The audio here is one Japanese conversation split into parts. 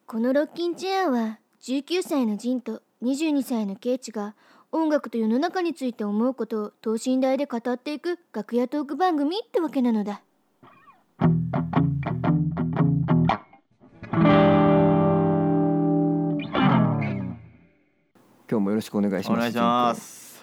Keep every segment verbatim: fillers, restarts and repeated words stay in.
このロッキンチェアはじゅうきゅうさいのジンとにじゅうにさいのケイチが音楽と世の中について思うことを等身大で語っていく楽屋トーク番組ってわけなのだ。 今日もよろしくお願いします。 お願いします。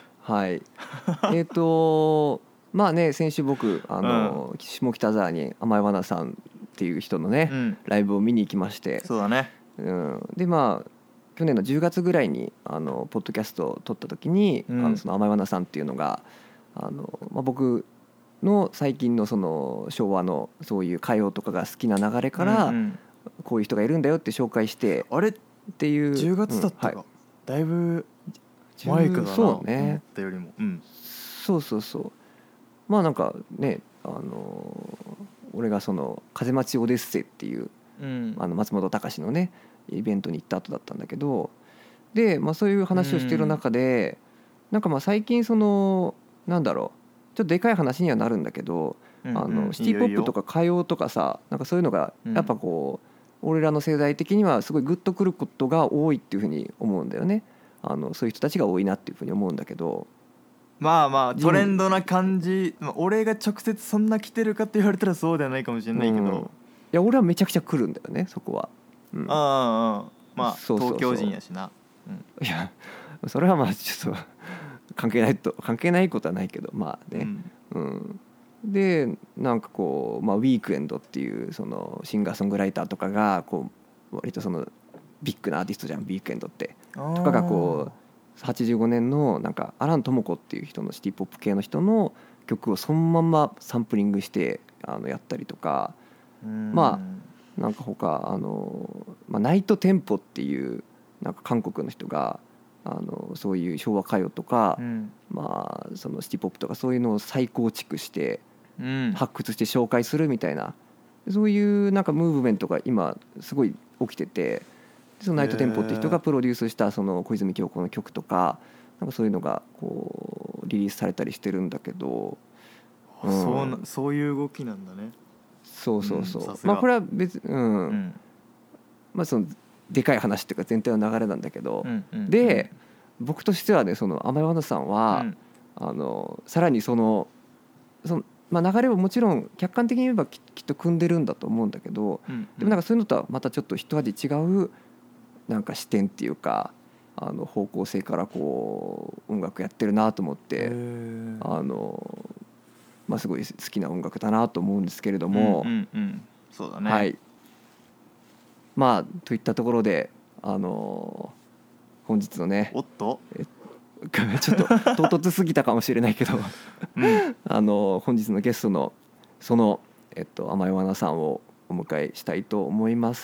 はいえっとまあね、先週僕あの、うん、下北沢に甘いわなさんっていう人のね、うん、ライブを見に行きまして、 そうだね、 うん、でまあ去年のじゅうがつぐらいにあのポッドキャストを撮った時に、うん、あのその甘いわなさんっていうのがあの、まあ、僕の最近のその昭和のそういう歌謡とかが好きな流れから、うんうん、こういう人がいるんだよって紹介してあれっていうじゅうがつだったか、うんはい、だいぶ前かだな、 そうね、 思ったよりも、うん、 そうそうそうまあなんかねあの俺がその風待ちオデッセイっていう、うん、あの松本隆のねイベントに行った後だったんだけどで、まあ、そういう話をしている中で、うん、なんかまあ最近そのなんだろうちょっとでかい話にはなるんだけど、うんうん、あのシティポップとか歌謡とかさなんかそういうのがやっぱこう、うん、俺らの世代的にはすごいグッとくることが多いっていうふうに思うんだよね。あのそういう人たちが多いなっていうふうに思うんだけどまあまあトレンドな感じ、まあ、俺が直接そんな来てるかって言われたらそうではないかもしれないけど、うん、いや俺はめちゃくちゃ来るんだよねそこは、 うん、ああまあそうそうそう東京人やしな、 うん、いやそれはまあちょっと関係ないと関係ないことはないけどまあね、うんうん、でなんかこう、まあ、ウィークエンドっていうそのシンガーソングライターとかがこう割とそのビッグなアーティストじゃんウィークエンドってとかがこうはちじゅうごねんのなんかアラン・トモコっていう人のシティポップ系の人の曲をそのまんまサンプリングしてあのやったりとかまあなんか他あの、まあ、ナイトテンポっていうなんか韓国の人があのそういう昭和歌謡とか、うん、まあそのシティポップとかそういうのを再構築して発掘して紹介するみたいなそういうなんかムーブメントが今すごい起きててそのナイトテンポって人がプロデュースしたその小泉今日子の曲とかなんかそういうのがこうリリースされたりしてるんだけど、 うん、そうなそういう動きなんだね。 そうそうそう、うん、まあこれは別うん、うん、まあそのでかい話っていうか全体の流れなんだけど、うんうんうん、で僕としてはねその甘いわなさんは、うん、あのさらにそのそのまあ、流れをもちろん客観的に言えば き, きっと組んでるんだと思うんだけど、うんうん、でもなんかそういうのとはまたちょっと一味違うなんか視点っていうかあの方向性からこう音楽やってるなと思ってあの、まあ、すごい好きな音楽だなと思うんですけれども、 うんうんうん、そうだね、 はい、まあといったところであの本日のねおっとえちょっと唐突すぎたかもしれないけど、うん、あの本日のゲストのその、えっと、甘いわなさんをお迎えしたいと思います。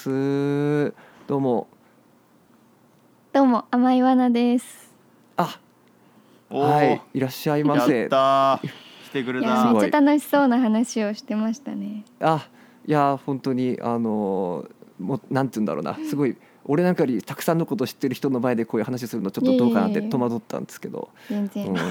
どうもどうも甘いわなです。 あ、はい、いらっしゃいませ。 やった来てくれた。 いやめっちゃ楽しそうな話をしてましたね。 あ、いや本当にあのもうなんて言うんだろうな、すごい俺なんかよりたくさんのことを知ってる人の前でこういう話するのちょっとどうかなって戸惑ったんですけど。 全然。うん、い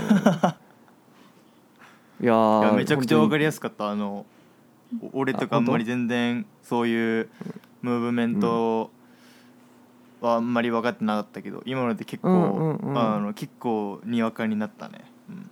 やいやめちゃくちゃ分かりやすかった。あの俺とかあんまり全然そういうムーブメントを、うんはあんまり分かってなかったけど今ので結構、うんうんうん、あの結構にわかになったね、うん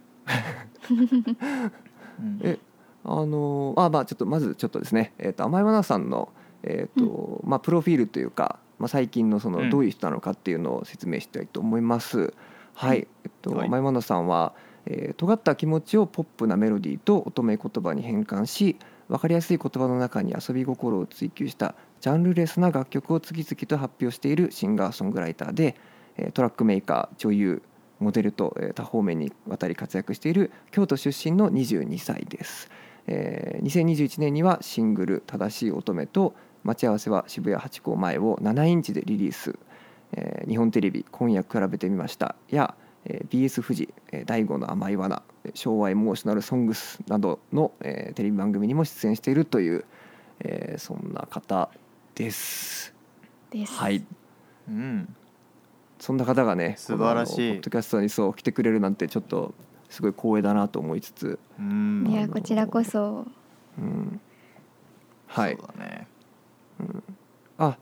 えあのあまあちょっとまずちょっとですね、えー、と甘いわなさんの、えーとうんまあ、プロフィールというか、まあ、最近のそのどういう人なのかっていうのを説明したいと思います、うん、はい、えっとはい、甘いわなさんは、えー、尖った気持ちをポップなメロディーと乙女言葉に変換し分かりやすい言葉の中に遊び心を追求したジャンルレスな楽曲を次々と発表しているシンガーソングライターでトラックメーカー、女優、モデルと多方面にわたり活躍している京都出身のにじゅうにさいです。にせんにじゅういちねんにはシングル正しい乙女と待ち合わせは渋谷ハチ公前をななインチでリリース。日本テレビ今夜比べてみましたや ビーエス 富士第五の甘いわな昭和エモーショナルソングスなどのテレビ番組にも出演しているというそんな方ですです。 はい、 うん、 そんな方がね素晴らしいポッドキャストにそう来てくれるなんてちょっとすごい光栄だなと思いつつ、 うん、いやこちらこそ、 うん、はいそうだね、 うん、あ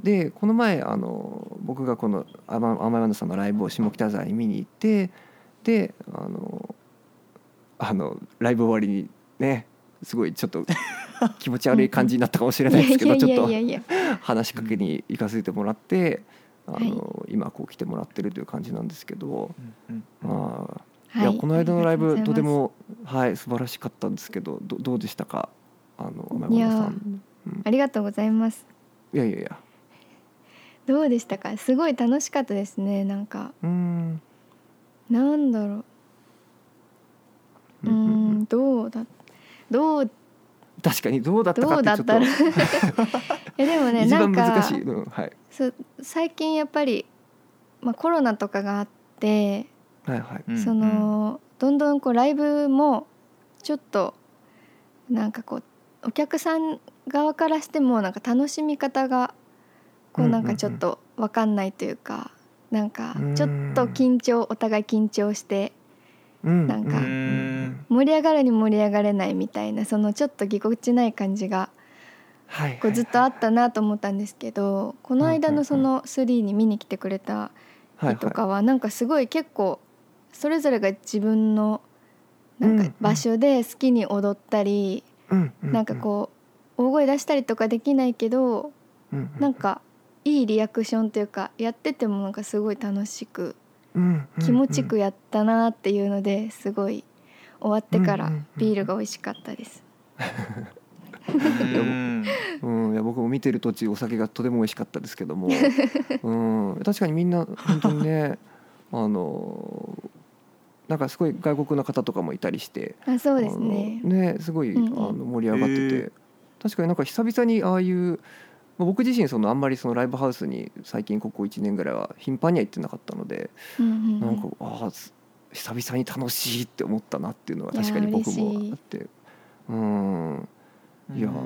でこの前あの僕がこの甘いワナさんのライブを下北沢に見に行って、であのあのライブ終わりにねすごいちょっと気持ち悪い感じになったかもしれないですけどちょっと話しかけに行かせてもらってあの、はい、今こう来てもらってるという感じなんですけど、うんうん、あいや、はい、この間のライブとても、はい、素晴らしかったんですけど ど, どうでしたかあの甘いワナさん、 うん、ありがとうございます。 いやいやいやどうでしたか。すごい楽しかったですね。なんかうーんなんだろううーんどうだどう確かにどうだったかってちょっとどうだったらいやでもね一番難しい、 なんか、 うんはい、 そ最近やっぱり、まあ、コロナとかがあって、 はいはい、 そのどんどんこうライブもちょっとなんかこうお客さん側からしてもなんか楽しみ方がこうなんかちょっと分かんないというか、なんかちょっと緊張お互い緊張してなんか盛り上がるに盛り上がれないみたいな、そのちょっとぎこちない感じがこうずっとあったなと思ったんですけど、この間のそのスリーに見に来てくれた日とかはなんかすごい結構それぞれが自分のなんか場所で好きに踊ったりなんかこう大声出したりとかできないけどなんかいいリアクションというかやっててもなんかすごい楽しく気持ちくやったなっていうのですごい終わってからビールが美味しかったです。 うん、いや僕も見てる途中お酒がとても美味しかったですけども、うん、確かにみんな本当にねあのなんかすごい外国の方とかもいたりして、 あそうですね、 ねすごい、うんうん、あの盛り上がってて、確かになんか久々にああいう僕自身そのあんまりそのライブハウスに最近ここいちねんぐらいは頻繁には行ってなかったので、うんうん、なんかあ久々に楽しいって思ったなっていうのは確かに僕もあって、うんいや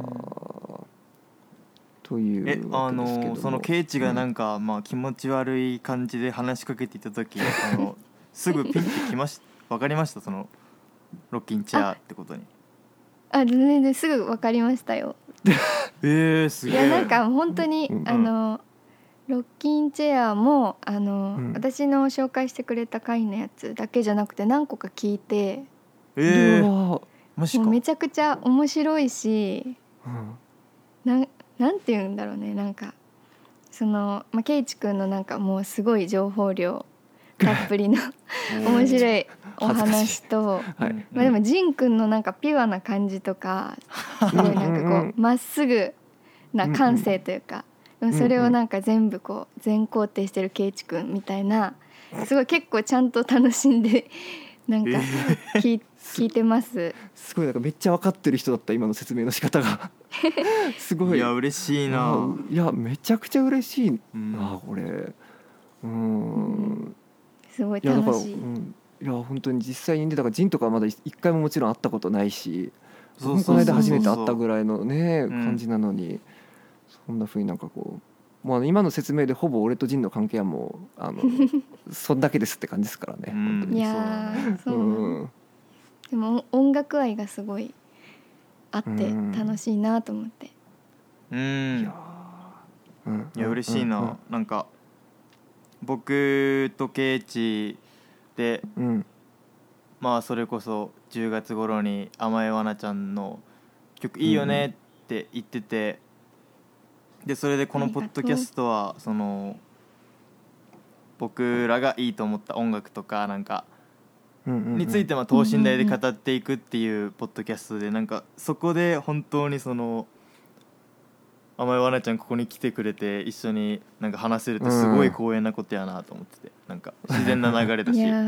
というえあのそのケイチがなんか、うん、まあ気持ち悪い感じで話しかけていた時あのすぐピンってきまし分かりましたそのロッキンチェアってことに。 あ全然すぐ分かりましたよ。 えー、すげえ。 いやなんか本当に、うん、あのロッキンチェアもあの、うん、私の紹介してくれた回のやつだけじゃなくて何個か聞いて、 えー、マジか。 もうめちゃくちゃ面白いし、うん、な, なんて言うんだろうねなんかその、まあ、ケイチ君のなんかもうすごい情報量たっぷりの面白いお話と、はいまあ、でもジン君のなんかピュアな感じとかすごいなんかこうまっすぐな感性というか、でもそれをなんか全部こう全肯定してるケイチ君みたいなすごい結構ちゃんと楽しんでなんか聞い、聞いてます。 すごいなんかめっちゃ分かってる人だった今の説明の仕方がすごい。 いや嬉しいな。 いやめちゃくちゃ嬉しいなこれ。うーん、うんすごい楽しい。いや、 うん、いや本当に実際にねだからジンとかまだ一回ももちろん会ったことないし、この間初めて会ったぐらいのね、うん、感じなのにそんな風になんかこうもう今の説明でほぼ俺とジンの関係はもうあのそんだけですって感じですからね。うん、本当にいやそう、うん、でも音楽愛がすごいあって楽しいなと思って。 うん、いや、うん、いや嬉しいな、うんうん、なんか僕とケイチで、うん、まあそれこそじゅうがつ頃に甘えわなちゃんの曲いいよねって言ってて、でそれでこのポッドキャストはその僕らがいいと思った音楽とかなんかについてまあ等身大で語っていくっていうポッドキャストで、なんかそこで本当にその甘えわなちゃんここに来てくれて一緒になんか話せるってすごい光栄なことやなと思ってて、なんか自然な流れだし、うん、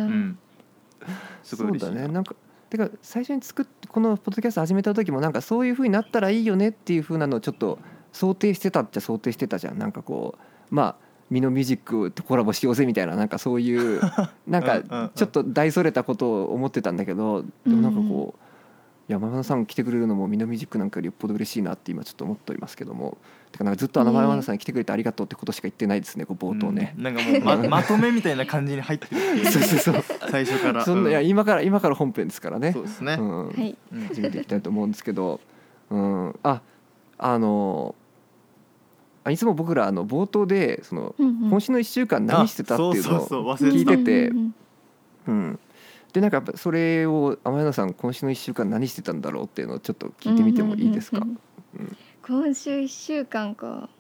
すごい嬉しいな。 そうだね。なんかてか最初に作っこのポッドキャスト始めた時もなんかそういう風になったらいいよねっていう風なのをちょっと想定してたっちゃ想定してたじゃん。なんかこうまあミノミュージックとコラボしようぜみたいななんかそういうなんかちょっと大それたことを思ってたんだけど、でもなんかこう山田さん来てくれるのもミノミュージックなんかよりよっぽど嬉しいなって今ちょっと思っておりますけども、てかなんかずっと山田さんに来てくれてありがとうってことしか言ってないですね、こう冒頭ね、 うん、なんかもう ま, まとめみたいな感じに入ってるっていうそうそうそう最初からそんな、いや今から今から本編ですからね。 そうですね、 うんはい、始めていきたいと思うんですけど、うん、ああのあいつも僕らあの冒頭でその、 うんうん今週のいっしゅうかん何してたっていうのあそうそうそうを忘れてた聞いてて、 うんうんうん、でなんかやっぱそれを天野さん今週のいっしゅうかん何してたんだろうっていうのをちょっと聞いてみてもいいですか？ うんうんうんうん今週いっしゅうかんか。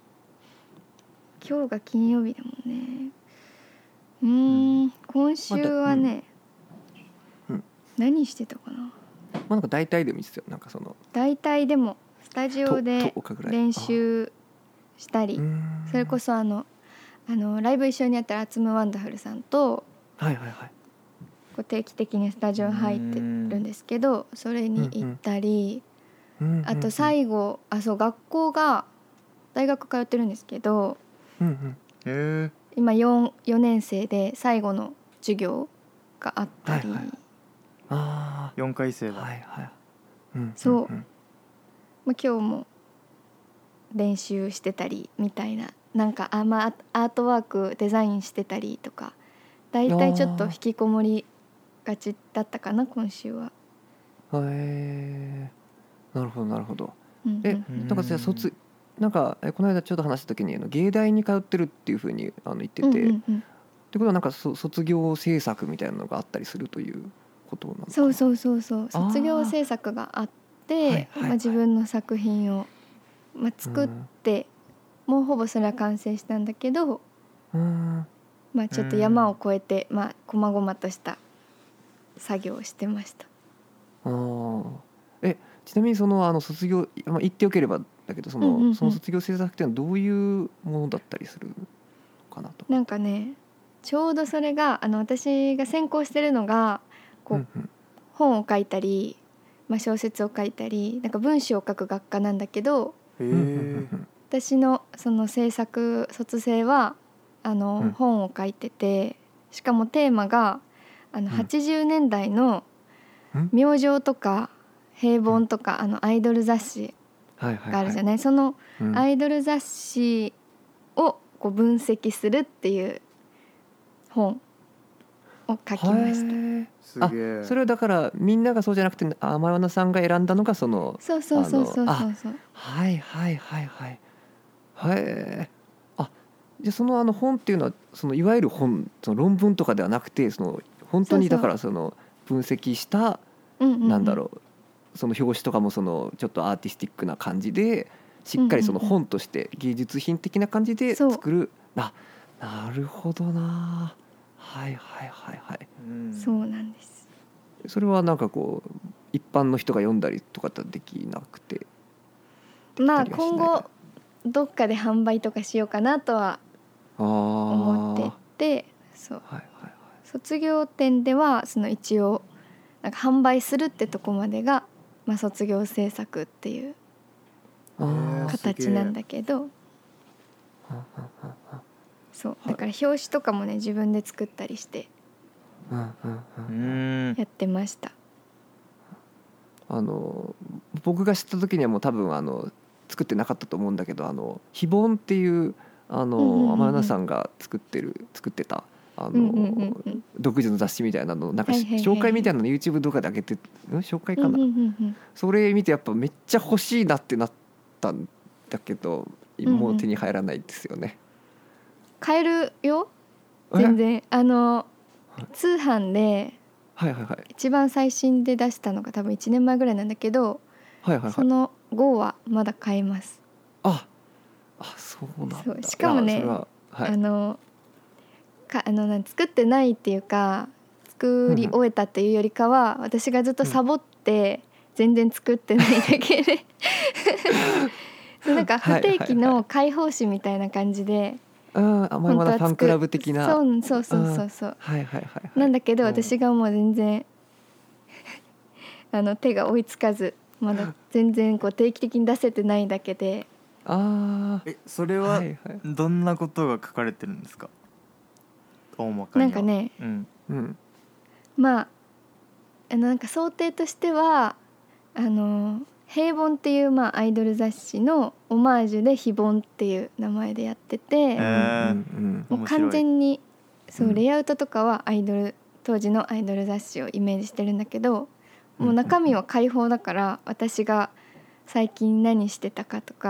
今日が金曜日だもんね。うーん、今週はね、 うんうん何してたかな。 まあ、なんか大体でもいいですよ。なんかその大体でもスタジオとでとかぐらい練習したり、それこそそあのあのライブ一緒にやったらアツムワンダフルさんとはいはいはいこう定期的にスタジオ入ってるんですけど、それに行ったり、あと最後あそう学校が大学通ってるんですけど、 うんうんへえ今 4, 4年生で最後の授業があったり、 はいはいあよんかい生あだ、 はいはい、うんんんそうまあ、今日も練習してたりみたいな、なんかあ、まあ、アートワークデザインしてたりとか、だいたいちょっと引きこもりがちだったかな今週は。 へえなるほどなるほど。 うんうんえなんかじゃあ卒なんかえこの間ちょっと話した時にあの芸大に通ってるっていうふうにあの言ってて、 うんうんうん、 ってことはなんかそ卒業制作みたいなのがあったりするということなのかな。 そうそうそうそうあー卒業制作があって、 はいはいはいまあ、自分の作品を、まあ、作って、もうほぼそれは完成したんだけど、 うんまあ、ちょっと山を越えて、まあ、細々とした作業をしてました。 あーえちなみにそのあの卒業、まあ、言ってよければだけどその、 うんうんうんその卒業制作っていうのはどういうものだったりするのかなと。 なんかねちょうどそれがあの私が専攻してるのがこう、 うんうん本を書いたり、まあ、小説を書いたりなんか文章を書く学科なんだけど、 へうんうんえ私のその制作卒生はあの、 うん本を書いてて、しかもテーマがあのうんはちじゅうねんだいのうん明星とか平凡とか、あのアイドル雑誌はいはいはいがあるじゃない、そのうんアイドル雑誌をこう分析するっていう本を書きました。 へすげえーあそれはだからみんながそうじゃなくて天山さんが選んだのがそのそうそうそうそうそうあのそうはいはいはいはいはいあじゃあそのあの本っていうのはそのいわゆる本その論文とかではなくてその本当にそうそうだからその分析したうんうんうんなんだろうその表紙とかもそのちょっとアーティスティックな感じでしっかりその本として芸術品的な感じでそう作るあなるほどなはいはいはいはいうんそうなんです。 それはなんかこう一般の人が読んだりとかってできなくてまあできたりはしない今後どっかで販売とかしようかなとはあ思ってーて、そうはいはいはい卒業展ではその一応なんか販売するってとこまでが、まあ、卒業制作っていうあー形なんだけど、 ははははそうだから表紙とかもね自分で作ったりしてうんうんううんんやってました。 あの僕が知った時にはもう多分あの作ってなかったと思うんだけどあの非凡っていうあうんうんうんうんの天野さんが作ってる作ってたあの、 うんうんうんうん独自の雑誌みたいなのなんか、 はいはいはい紹介みたいなの YouTube 動画で上げてん紹介かな、 うんうんうんうんそれ見てやっぱめっちゃ欲しいなってなったんだけどんうんもう手に入らないですよね、 買えるよえ全然。あのはい通販ではいはいはい一番最新で出したのが多分いちねんまえぐらいなんだけど、 はいはいはいその号はまだ買えます。 ああそうなんだそうしかもねいやそれははいあのかあのなん作ってないっていうか作り終えたっていうよりかは、私がずっとサボって全然作ってないだけでそうなんか不定期の開放誌みたいな感じで、 うんあまあまだファンクラブ的なそうそうそうそうそうはいはいはいはいなんだけど、 うん私がもう全然あの手が追いつかず、まだ全然こう定期的に出せてないだけで、 あえそれあははいはいどんなことが書かれてるんですか大まかには。 なんかねうんうんまああのなんか想定としてはあの平凡っていうまあアイドル雑誌のオマージュで非凡っていう名前でやってて、 へーうんもう完全にそううんレイアウトとかはアイドル当時のアイドル雑誌をイメージしてるんだけど、もう中身は開放だから、私が最近何してたかとか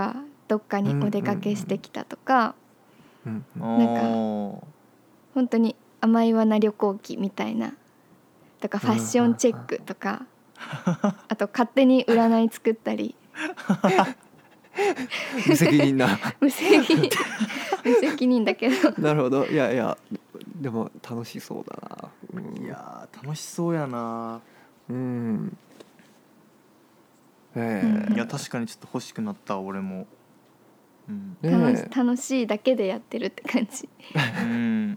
どっかにお出かけしてきたとか、 うんうんなんかお本当に甘いわな旅行記みたいなとか、ファッションチェックとか、あと勝手に占い作ったり無責任な無責任無責任だけどなるほど。いやいやでも楽しそうだな、うん、 ーいやー楽しそうやな。 うんえうんいや確かにちょっと欲しくなった俺も。うん、 え楽しね楽しいだけでやってるって感じ。 うん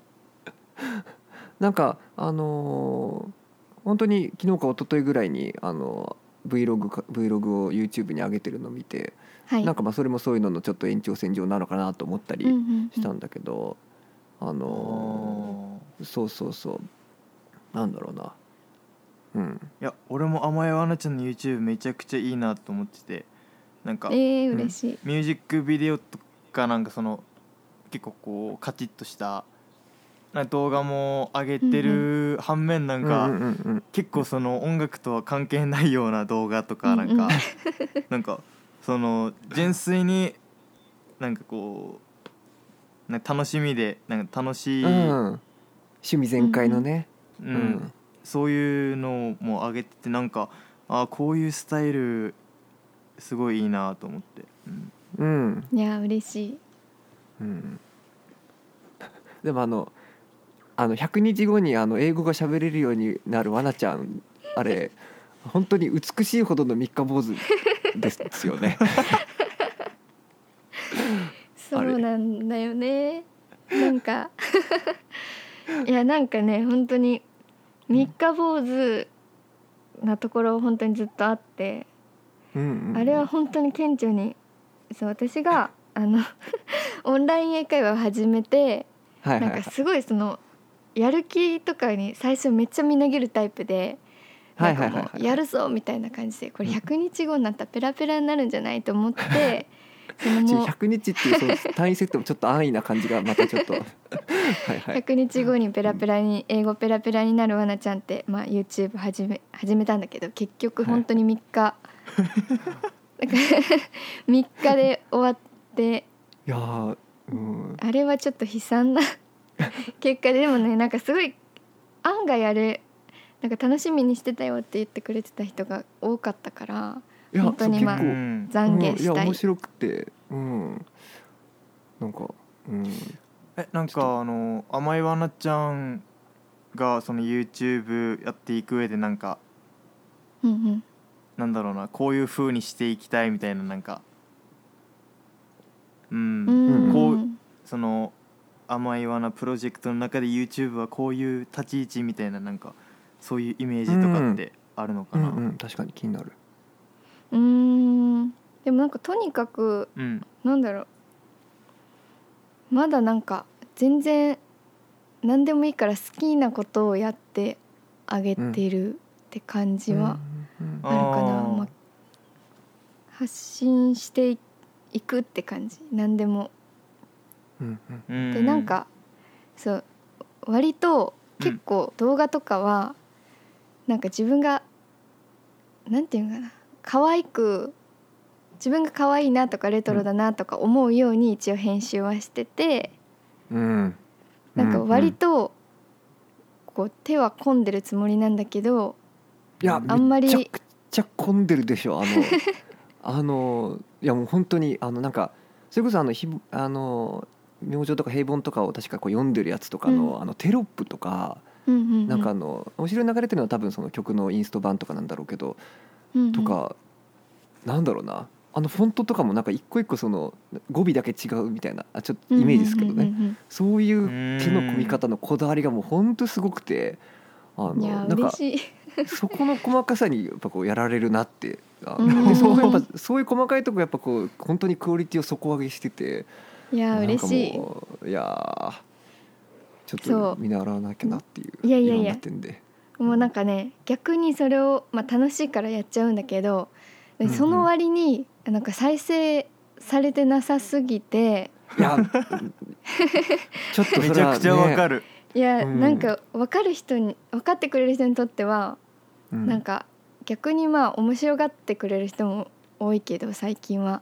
なんかあのー本当に昨日か一昨日ぐらいにあの Vlog か Vlog を YouTube に上げてるのを見て、 はい、 なんかまあそれもそういうののちょっと延長線上なのかなと思ったりうんうんうんしたんだけど、あのーそうそうそうなんだろうな、うんいや俺も甘いわなちゃんの YouTube めちゃくちゃいいなと思ってて、なんかえー、嬉しい、 ミュージックビデオとかなんかその結構こうカチッとした動画も上げてる反面なんか、 うんうんうん結構その音楽とは関係ないような動画とかなんか、 うんうんなんかその純粋になんかこうなんか楽しみでなんか楽しい、 うん、趣味全開のね、 うんうんそういうのも上げててなんかあこういうスタイルすごいいいなと思って、うんうんいや嬉しい。 うん、でもあのあのひゃくにちごにあの英語が喋れるようになるわなちゃん、あれ本当に美しいほどの三日坊主ですよねそうなんだよね。なんかいやなんかね本当に三日坊主なところ本当にずっとあって、 うんうんうん、 あれは本当に顕著にそう私があのオンライン英会話を始めて、 はいはいはい、 なんかすごいそのやる気とかに最初めっちゃみなぎるタイプで、なんかもうやるぞみたいな感じで、これひゃくにちごになったらペラペラになるんじゃないと思ってそのもうひゃくにちっていうその単位設定もちょっと安易な感じがまたちょっとはい、はい、 ひゃくにちごにペラペラに英語ペラペラになるわなちゃんって、まあ、YouTube 始め始めたんだけど結局本当にみっか、はい、なんかみっかで終わって、 いやー、うん、 あれはちょっと悲惨な結果で、でもねなんかすごい案外あれなんか楽しみにしてたよって言ってくれてた人が多かったから、 いや本当にまあそう結構懺悔うん、いしたい。 や面白くて、うん、なんか、うん、 えなんかあの甘いわなちゃんがその YouTube やっていく上でなんかうんうん、 なんだろうなこういう風にしていきたいみたいななんかうんうんこうその甘いわなプロジェクトの中で YouTube はこういう立ち位置みたいななんかそういうイメージとかってあるのかな。 うんうん、確かに気になる。 うーんでもなんかとにかくうんなんだろう、まだなんか全然何でもいいから好きなことをやってあげてるって感じはうんあるかな、 あーまあ、発信していくって感じ何でもうんうんうんで、なんかそう割と結構動画とかはなんか自分がなんていうのかな、可愛く自分が可愛いなとかレトロだなとか思うように一応編集はしてて、 うんなんか割とこう手は込んでるつもりなんだけど、 いやあんまりめちゃくちゃ混んでるでしょあのあのいやもう本当にあのなんかそれこそあのひあの明星とか平凡とかを確かこう読んでるやつとかの、 うんあのテロップとか、 うんうんうん、 なんかあの後ろに流れてるのは多分その曲のインスト版とかなんだろうけど、 うんうんとかなんだろうな、あのフォントとかもなんか一個一個その語尾だけ違うみたいな、あちょっとイメージですけどね、 うんうんうんうんそういう手の込み方のこだわりがもう本当すごくて、あいやのなんか嬉しいそこの細かさにやっぱこうやられるなってあうんでそうやっぱそういう細かいとこやっぱこう本当にクオリティを底上げしてて、 いや嬉しい。 なんかもういやーちょっそうと見習わなきゃなっていういやいやいやろんな点で、 もうなんかね逆にそれを、まあ、楽しいからやっちゃうんだけど、でうんうんその割になんか再生されてなさすぎて、 いやちょっとそれは、ね、 めちゃくちゃわかる。 いや、 うんなんか分かる人に分かってくれる人にとっては、 うんなんか逆にまあ面白がってくれる人も多いけど最近は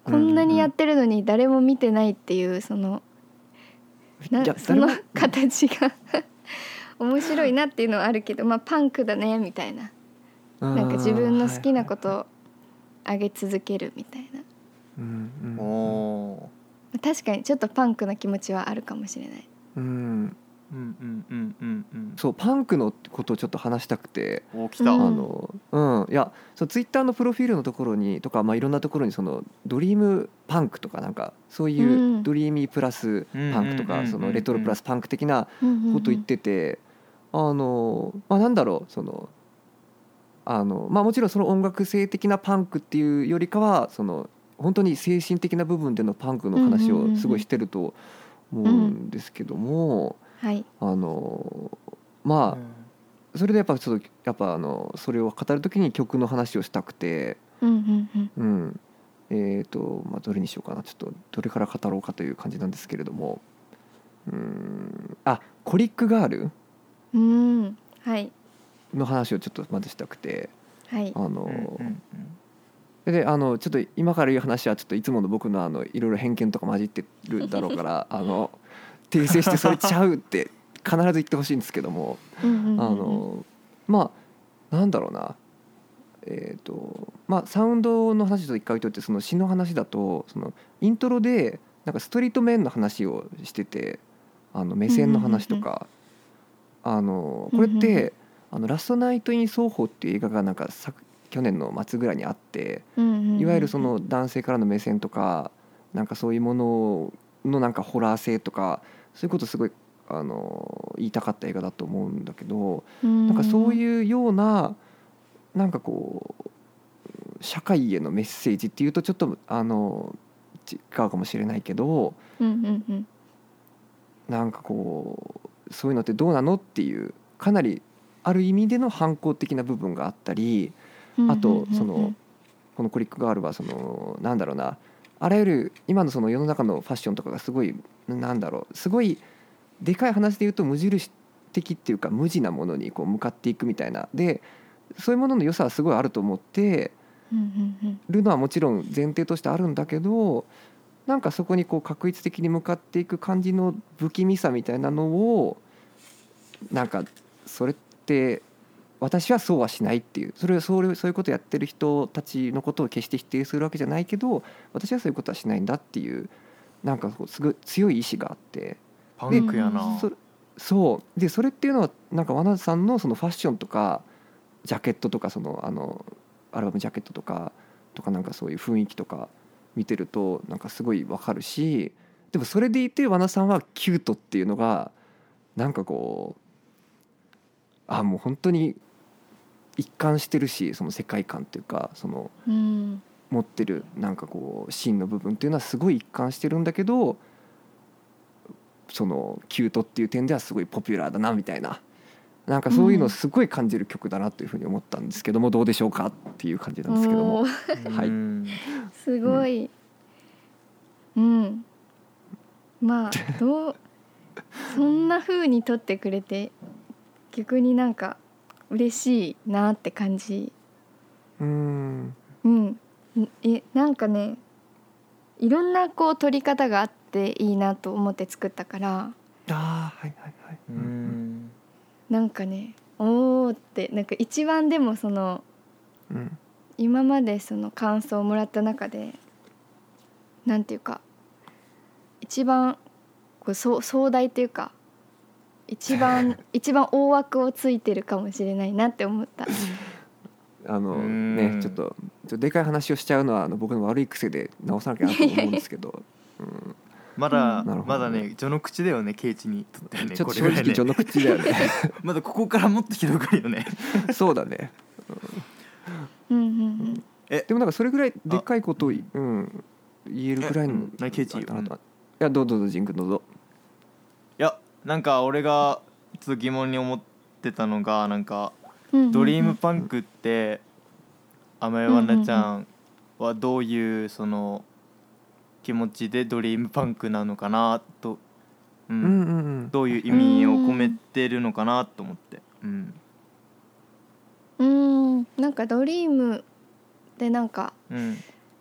こんなにやってるのに誰も見てないっていうそのないやその誰も形が面白いなっていうのはあるけど、まあパンクだねみたいな、なんか自分の好きなことを上げ続けるみたいな、 うんうんおー確かにちょっとパンクな気持ちはあるかもしれない。 うんうんうんうんうんうんそうパンクのことをちょっと話したくて、 お来た、 うんあのうんいやそうツイッターのプロフィールのところにとか、まあ、いろんなところにそのドリームパンクとかなんかそういううんドリーミープラスパンクとうんうんうんうんかそのレトロプラスパンク的なうんうんうんこと言ってて、あのまあなんだろうそのあのまあもちろんその音楽性的なパンクっていうよりかはその本当に精神的な部分でのパンクの話をすごいしてると思うんですけども、 はいあのまあそれでやっぱちょっとやっぱあのそれを語るときに曲の話をしたくて、 うんうんうんうんえーとまあ、どれにしようかなちょっとどれから語ろうかという感じなんですけれども、うんあコリックガールうんはいの話をちょっとまずしたくて、 はいあの、 うんうんであのちょっと今から言う話はちょっといつもの僕のあのいろいろ偏見とか混じってるだろうからあの訂正してそれちゃうって必ず言ってほしいんですけども、 うんうんうんうんあのまあなんだろうなえーとまあ、サウンドの話と一回置いといてその詩の話だとそのイントロでなんかストリートメンの話をしててあの目線の話とかあのこれっうんうんうてあのラストナイト・イン・ソーホーっていう映画がなんか昨去年の末ぐらいにあってうんうんうんいわゆるその男性からの目線とかなんかそういうもののなんかホラー性とかそういうことすごいあの言いたかった映画だと思うんだけどなんかそうういうようななんかこう社会へのメッセージっていうとちょっとあの違うかもしれないけどんうんうんうんなんかこうそういうのってどうなのっていうかなりある意味での反抗的な部分があったりあとそのこのコリックガールはそのなんだろうなあらゆる今のその世の中のファッションとかがすごいなんだろうすごいでかい話で言うと無印的っていうか無地なものにこう向かっていくみたいなでそういうものの良さはすごいあると思ってうんうんうんるのはもちろん前提としてあるんだけどなんかそこにこう確率的に向かっていく感じの不気味さみたいなのをなんかそれって私はそうはしないっていうそれそういうそういうことやってる人たちのことを決して否定するわけじゃないけど私はそういうことはしないんだっていうなんかこうすごい強い意志があってパンクやなそそうでそれっていうのはなんか和田さんのそのファッションとかジャケットとかそのあのアルバムジャケットとかとかなんかそういう雰囲気とか見てるとなんかすごいわかるしでもそれでいて和田さんはキュートっていうのがなんかこうあもう本当に一貫してるしその世界観っていうかそのうん持ってるなんかこう芯の部分っていうのはすごい一貫してるんだけどそのキュートっていう点ではすごいポピュラーだなみたいななんかそういうのをすごい感じる曲だなというふうに思ったんですけどもどうでしょうかっていう感じなんですけどもおーはいうんすごいうんまあどうそんな風に撮ってくれて逆になんか嬉しいなって感じうーんうんえなんかねいろんなこう撮り方があっていいなと思って作ったからあーはいはいはいうんなんかねおーってなんか一番でもそのうん今までその感想をもらった中でなんていうか一番こうそう壮大というか一番一番大枠をついてるかもしれないなって思ったあのうんねちょっとちょっとでかい話をしちゃうのはあの僕の悪い癖で直さなきゃなと思うんですけど、うん、 まだなるほどねまだね序の口だよねケイチにとってはねちょっと正これぐらいね直序の口だよねまだここからもっとひどくなるよねそうだねうんうんうんえでもなんかそれぐらいでかいことを、うん、言えるぐらいのえうん何ケイチあなたいやどうぞどうぞジン君どうぞいやなんか俺がちょっと疑問に思ってたのがなんかうんうんうんドリームパンクって甘えわなちゃんはどういうその気持ちでドリームパンクなのかなと、うんうんうんうんどういう意味を込めてるのかなと思って、うんうーんなんかドリームでなんかうん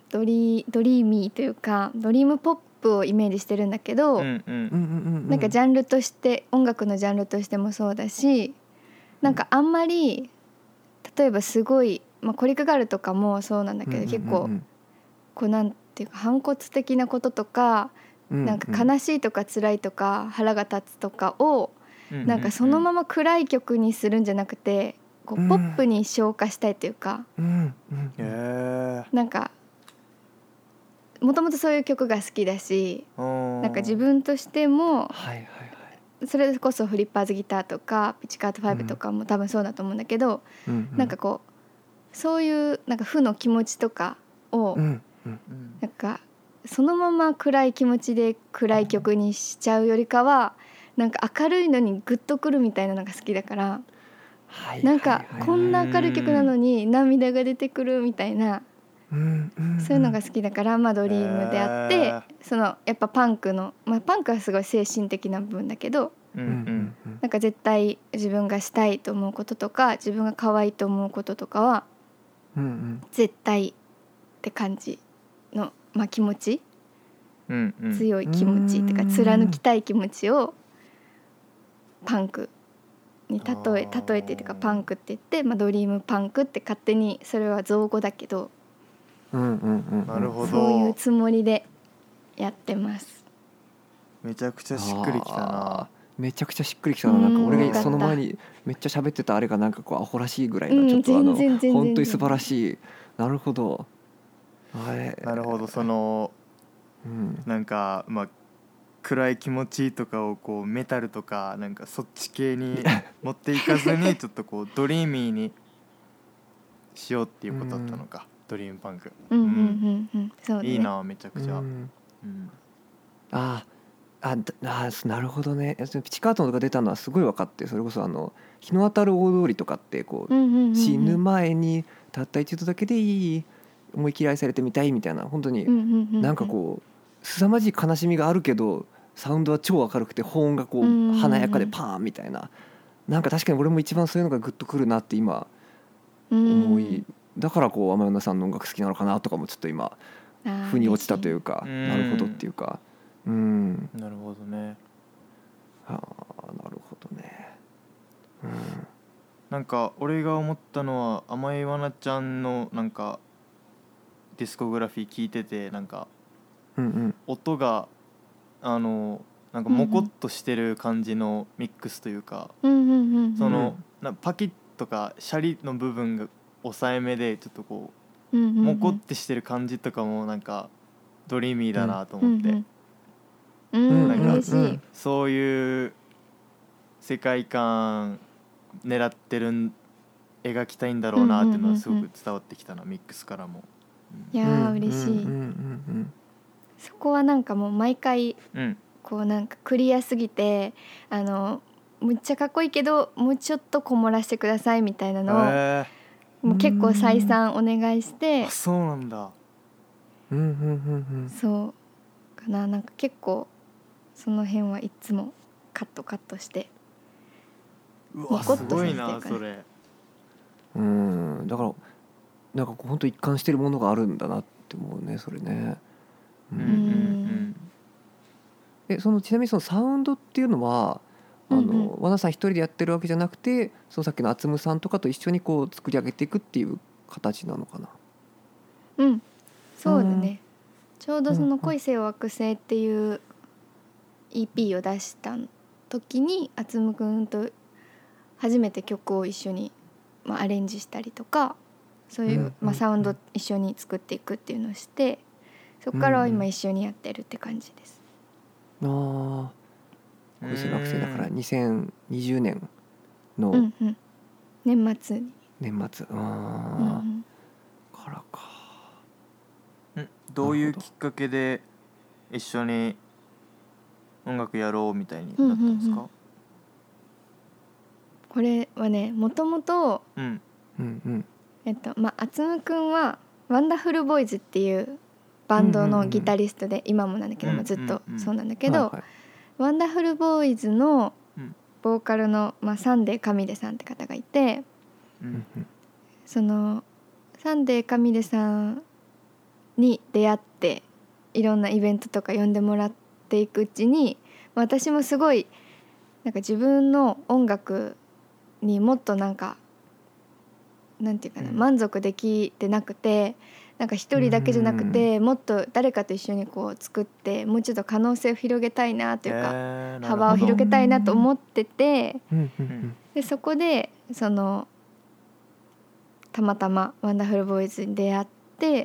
ドリドリーミーというかドリームポップをイメージしてるんだけど、 うんうんなんかジャンルとして音楽のジャンルとしてもそうだし、なんかあんまり例えばすごい、まあ、コリクガールとかもそうなんだけど、結構こうなんていうか反骨的なこととか、なんか悲しいとか辛いとか腹が立つとかをなんかそのまま暗い曲にするんじゃなくて、こうポップに昇華したいというか、なんかもともとそういう曲が好きだし、なんか自分としてもそれこそフリッパーズギターとかピチカートファイブとかも多分そうだと思うんだけど、なんかこうそういうなんか負の気持ちとかをなんかそのまま暗い気持ちで暗い曲にしちゃうよりかは、なんか明るいのにグッとくるみたいなのが好きだから、なんかこんな明るい曲なのに涙が出てくるみたいな、そういうのが好きだから、まあドリームであって、そのやっぱパンクの、まあパンクはすごい精神的な部分だけど、なんか絶対自分がしたいと思うこととか自分が可愛いと思うこととかは絶対って感じの、まあ、気持ち、 うんうん、 強い気持ちっていうか貫きたい気持ちをパンクに例え例えてというかパンクって言って、まあ、ドリームパンクって勝手にそれは造語だけど、 うんうんうん、なるほど、 そういうつもりでやってます。 めちゃくちゃしっくりきたな。 めちゃくちゃしっくりきたな。なんか俺がその前にめっちゃ喋ってたあれがなんかこうアホらしいぐらいの、ちょっとあの本当に素晴らしい。なるほど、 あれなるほど、その、うん、なんかまあ暗い気持ちとかをこうメタルとかなんかそっち系に持っていかずにちょっとこうドリーミーにしようっていうことだったのか、うん、ドリームパンク、 うんうんうんうん、そうね、 いいなめちゃくちゃ、うんうん、あああなるほどね。ピチカートンとか出たのはすごい分かって、それこそあの日の当たる大通りとかってこう、うんうんうんうん、死ぬ前にたった一度だけでいい思い切り愛されてみたいみたいな、本当になんかこう凄まじい悲しみがあるけどサウンドは超明るくて保音がこう華やかでパーンみたいな、なんか確かに俺も一番そういうのがグッとくるなって今思い、だからこう天山さんの音楽好きなのかなとかもちょっと今腑に落ちたというか、なるほどっていうか、うん、 なるほどね、 あなるほどね、うん、 なんか俺が思ったのは甘いわなちゃんのなんかディスコグラフィー聞いてて、なんか音があのなんかモコッとしてる感じのミックスというか、そのなパキッとかシャリの部分が抑えめでちょっとこうモコってしてる感じとかもなんかドリーミーだなと思って、なんかそういう世界観狙ってる描きたいんだろうなっていうのはすごく伝わってきたな、ミックスからも。 いやー嬉しい、そこはなんかもう毎回こうなんかクリアすぎて、あのむっちゃかっこいいけどもうちょっとこもらせてくださいみたいなのを、えー、もう結構再三お願いして、 あそうなんだ、 そうかな、なんか結構その辺はいつもカットカットしてうわすごいなそれ。 うんだからなんか本当一貫してるものがあるんだなって思うね、それね。うんうんうん、えそのちなみにそのサウンドっていうのはあの、うんうん、和田さん一人でやってるわけじゃなくて、そのさっきのあつむさんとかと一緒にこう作り上げていくっていう形なのかな。 うんそうだね、うん、ちょうどその恋せよ惑星っていう イーピー を出した時にあつむくんと初めて曲を一緒に、まあ、アレンジしたりとかそういう、うんまあ、サウンド一緒に作っていくっていうのをして、そこからは今一緒にやってるって感じです。 うん、ああ恋せよ惑星だからにせんにじゅうねんの、 うんうん、年末に年末ああ、うん、からかんどういうきっかけで一緒に音楽やろうみたいになったんですか？うんうんうん、 これはねもともとうんうんえっとまああつむくんはワンダフルボーイズっていうバンドのギタリストで、今もなんだけどもずっとそうなんだけど、ワンダフルボーイズのボーカルの、まあ、サンデーカミデさんって方がいて、そのサンデーカミデさんに出会っていろんなイベントとか呼んでもらっていくうちに、私もすごいなんか自分の音楽にもっとなんかなんていうかな、満足できてなくて、なんか一人だけじゃなくてもっと誰かと一緒にこう作ってもうちょっと可能性を広げたいなというか、 えー幅を広げたいなと思ってて、 うんうんでそこでそのたまたまワンダフルボーイズに出会って、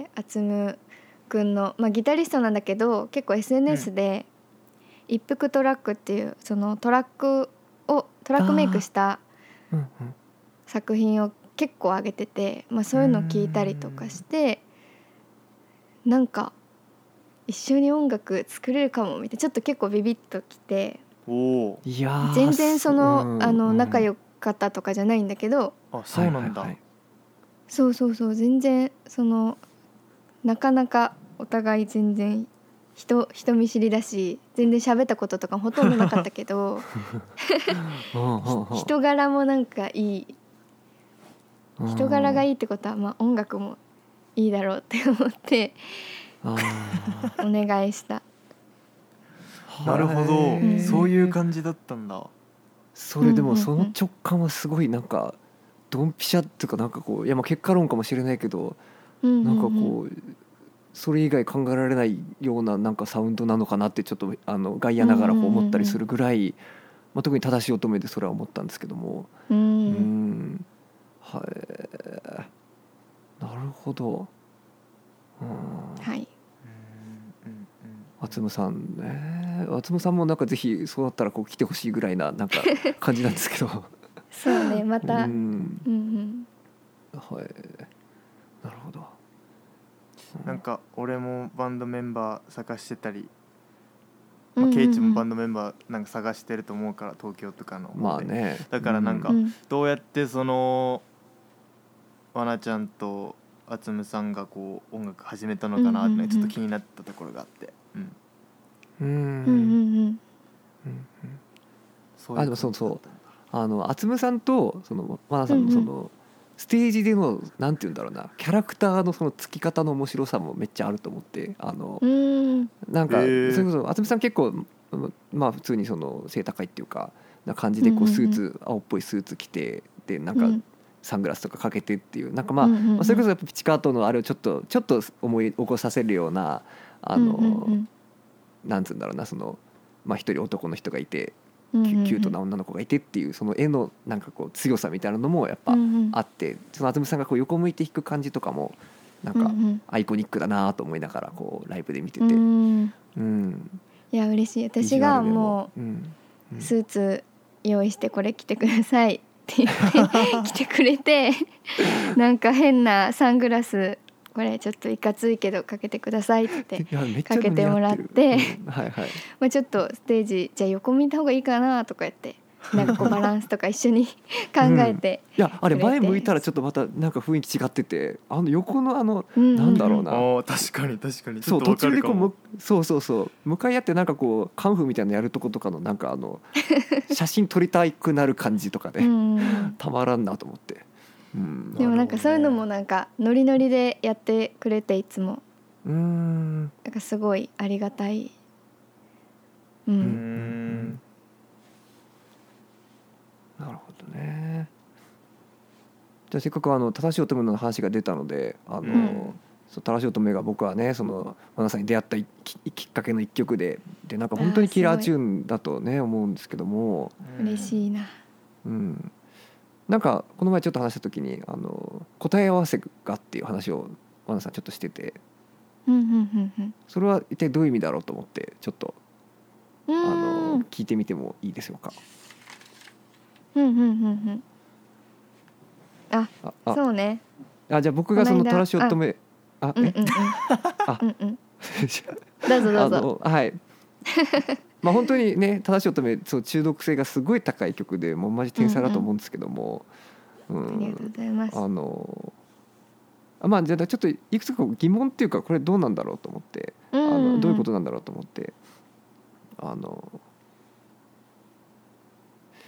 あつむくんの、まあ、ギタリストなんだけど結構 エスエヌエス で一服トラックっていうそのトラックをトラックメイクしたうんうん作品を結構上げてて、まあ、そういうのを聞いたりとかして、なんか一緒に音楽作れるかもみたいな、ちょっと結構ビビッときて、 おーいやー全然その、 うんあの仲うん良かったとかじゃないんだけど、 あそうなんだ、 はいはいはいそうそうそう、全然そのなかなかお互い全然 人, 人見知りだし、全然喋ったこととかほとんどなかったけどうんうんうん人柄もなんかいい、人柄がいいってことは、まあ、音楽もいいだろうって思ってあお願いしたーなるほど、 へーそういう感じだったんだ。 それでもうんうんうんその直感はすごいなんかドンピシャっていうか、なんかこういやまあ結果論かもしれないけど、なんかこうそれ以外考えられないようななんかサウンドなのかなってちょっとあの外野ながらこう思ったりするぐらい、まあ、特に正しい乙女でそれは思ったんですけども、 う、 うんんはいなるほど、うんはい、 うんうんあつむさんね、あつむさんもなんかぜひそうだったらこう来てほしいぐらいななんか感じなんですけどそうね、また、 ううんんうんはいなるほど、 うん、なんか俺もバンドメンバー探してたり、 うんうんうんまあ、ケイチもバンドメンバーなんか探してると思うから、東京とかの方でまあねだからなんかうんどうやってそのわなちゃんとあつむさんがこう音楽始めたのかなってねちょっと気になったところがあって、うん、 うんうんうんうんうんそういうあでもそうそう感じだったんだ。 あのあつむさんとそのまなさんのその、 うんステージでのなんて言うんだろうな、キャラクターのそのつき方の面白さもめっちゃあると思って、あのうんなんか、 へーそれこそあつむさん結構まあ普通にその背高いっていうかな感じでこううんうんうんスーツ、青っぽいスーツ着てでなんかうんサングラスとかかけてっていうなんかまあ、 うんうんうんまあそれこそやっぱピチカートのあれをちょっとちょっと思い起こさせるようなあの、 うんうんなんつうんだろうな、そのまあ一人男の人がいてうんうんうんキュートな女の子がいてっていうその絵のなんかこう強さみたいなのもやっぱうんうんあって、そのあつむさんがこう横向いて弾く感じとかもなんかうんうんアイコニックだなと思いながらこうライブで見てて、 ううんんいや嬉しい。 ビジ私がュアルでもうんううんスーツ用意してこれ着てくださいって言って着てくれてなんか変なサングラスこれちょっといかついけどかけてくださいっていやめっちゃかけてもらって似合るうんはいはいまあちょっとステージじゃあ横見た方がいいかなとか言ってなんかこうバランスとか一緒に考えて、 いやあれくれて前向いたらちょっとまたなんか雰囲気違ってて、あの横のあのうんうんうんなんだろうな、 あー確かに確かにちそうょっとわか途中でこうるかも。 むそうそうそう向かい合ってなんかこうカンフーみたいなのやるとことかのなんかあの写真撮りたくなる感じとかで、 うんうんたまらんなと思って、うん、 でもなんかそういうのもなんかノリノリでやってくれていつもうーんなんかすごいありがたい。ううーんんなるほどね。じゃあせっかくあの正しい乙女の話が出たので、あの、 うんそう正しい乙女が僕はねそのマナさんに出会ったききっかけの一曲ででなんか本当にキラーチューンだとね思うんですけども、 嬉しいな。 うん、なんかこの前ちょっと話した時にあの答え合わせがっていう話をマナさんちょっとしてて、 うんうんうんうんそれは一体どういう意味だろうと思ってちょっとうあーんの聞いてみてもいいでしょうか。 うんうんうんうんあああそうねあじゃあ僕がそのこの間正しい乙女あえうんうんうんあうんうんどうぞどうぞ。 あのはいまあ本当にね正しい乙女そう中毒性がすごい高い曲でもうマジ天才だと思うんですけども、うありがとうございます。 あのあまあじゃあちょっといくつか疑問っていうかこれどうなんだろうと思って、あのどういうことなんだろうと思ってあの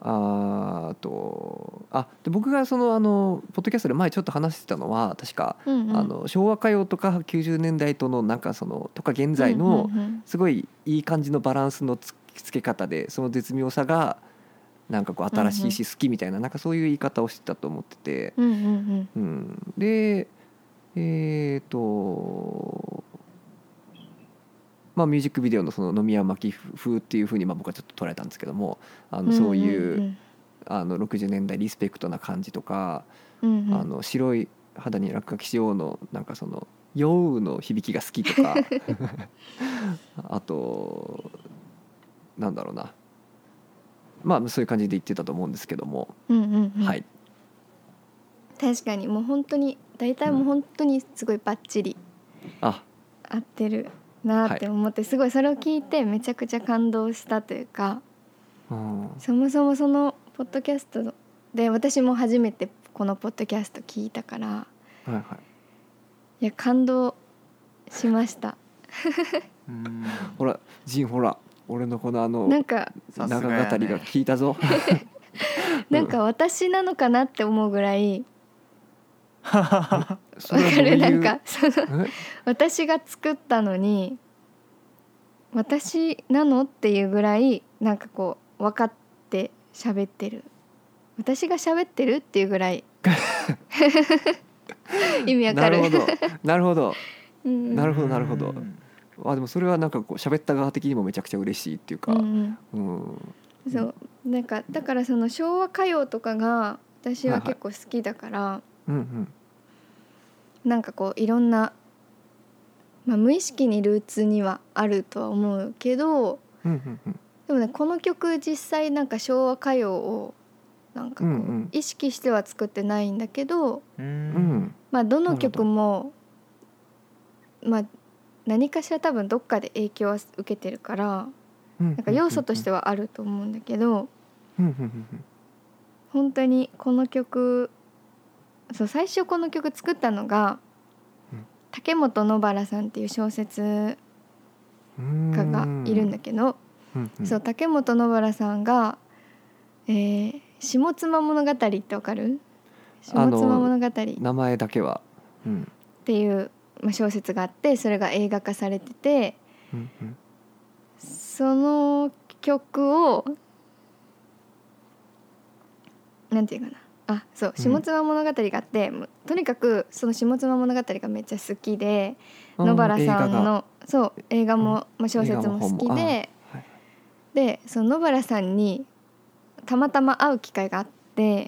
あとあで僕がそのあのポッドキャストで前ちょっと話してたのは確か、 うんうん、 あの昭和歌謡とかきゅうじゅうねんだいとのなんかそのとか現在のすごいいい感じのバランスのつつけ方でその絶妙さがなんかこう新しいし好きみたいな、なんかそういう言い方をしてたと思ってて、 うんうんうんうん、でえっとまあ、ミュージックビデオのその飲み屋巻き風っていう風にまあ僕はちょっと捉えたんですけども、あのそういう、 うんうんうん、 あのろくじゅうねんだいリスペクトな感じとか、 うんうん、 あの白い肌に落書きしようのなんかその陽の響きが好きとかあとなんだろうな、まあそういう感じで言ってたと思うんですけども、 うんうんうん、 はい、 確かにもう本当に大体もう本当にすごいバッチリあ合ってるなって思って、すごいそれを聞いてめちゃくちゃ感動したというか、 うん、 そもそもそのポッドキャストで私も初めてこのポッドキャスト聞いたから、 はいはい、 いや感動しましたうんほらジンほら俺のこのあのなんか長語りが聞いたぞなんか私なのかなって思うぐらいわそれはどういうかる、なんかその私が作ったのに私なのっていうぐらいなんかこう分かって喋ってる、私が喋ってるっていうぐらい意味わかる。 なるほどなるほどうん、 なるほどなるほど。あでもそれはなんかこう喋った側的にもめちゃくちゃ嬉しいっていうか、 うんううんん、そうなんかだからその昭和歌謡とかが私は結構好きだから、 はいはい、うんうん、 なんかこういろんな、まあ、無意識にルーツにはあるとは思うけど、 うんうんうん、 でもねこの曲実際なんか昭和歌謡をなんかこう意識しては作ってないんだけど、 うんうん、 まあどの曲もまあ何かしら多分どっかで影響は受けてるから、なんか要素としてはあると思うんだけど、本当にこの曲、そう最初この曲作ったのが竹本野原さんっていう小説家がいるんだけど、そう竹本野原さんが、えー、下妻物語ってわかる？下妻物語名前だけは、うん、 っていうまあ、小説があって、それが映画化されてて、 うんうん、 その曲をなんていうかなあそう下妻物語があって、うん、とにかくその下妻物語がめっちゃ好きで、野原さんのそう映画も、まあ、小説も好きで、はい、でその野原さんにたまたま会う機会があって、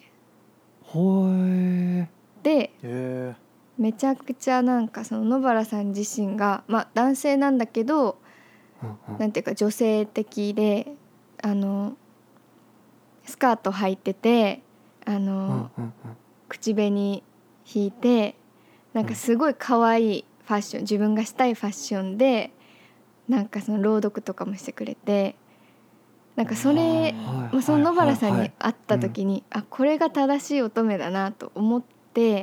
ほーでへーめちゃくちゃなんかその野原さん自身が、まあ、男性なんだけど、うんうん、なんていうか女性的であのスカート履いててあの、うんうんうん、口紅引いてなんかすごい可愛いファッション、自分がしたいファッションでなんかその朗読とかもしてくれて、なんかそれ、まあ、その野原さんに会った時に、あこれが正しい乙女だなと思って、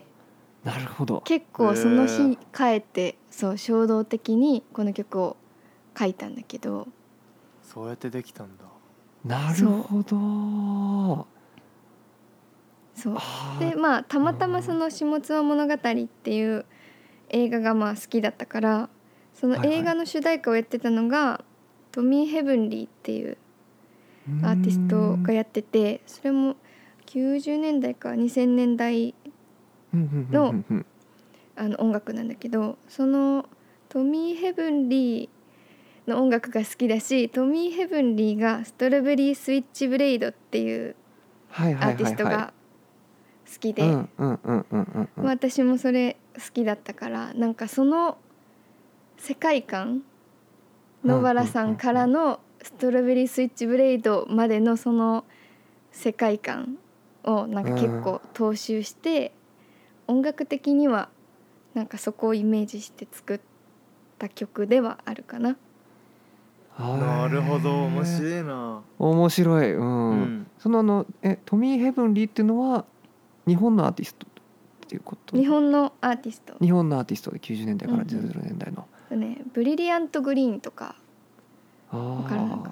なるほど、 結構その日帰ってそう衝動的にこの曲を書いたんだけど、 そうやってできたんだ。 なるほど。 そうでまあたまたまその下妻物語っていう映画がまあ好きだったから、その映画の主題歌をやってたのがトミー・ヘブンリーっていうアーティストがやってて、それもきゅうじゅうねんだいかにせんねんだいのあの音楽なんだけど、そのトミー・ヘブンリーの音楽が好きだし、トミー・ヘブンリーがストロベリー・スイッチブレイドっていうアーティストが好きで、私もそれ好きだったから、なんかその世界観、野原さんからのストロベリー・スイッチブレイドまでのその世界観をなんか結構踏襲して、音楽的にはなんかそこをイメージして作った曲ではあるかな。 なるほど、面白いな。 面白い、うんうん、そのあのえトミー・ヘブンリーっていうのは日本のアーティストっていうこと？ 日本のアーティスト日本のアーティストできゅうじゅうねんだいからゼロゼロねんだいの、 うんうんね、ブリリアントグリーンとかわからなんかブ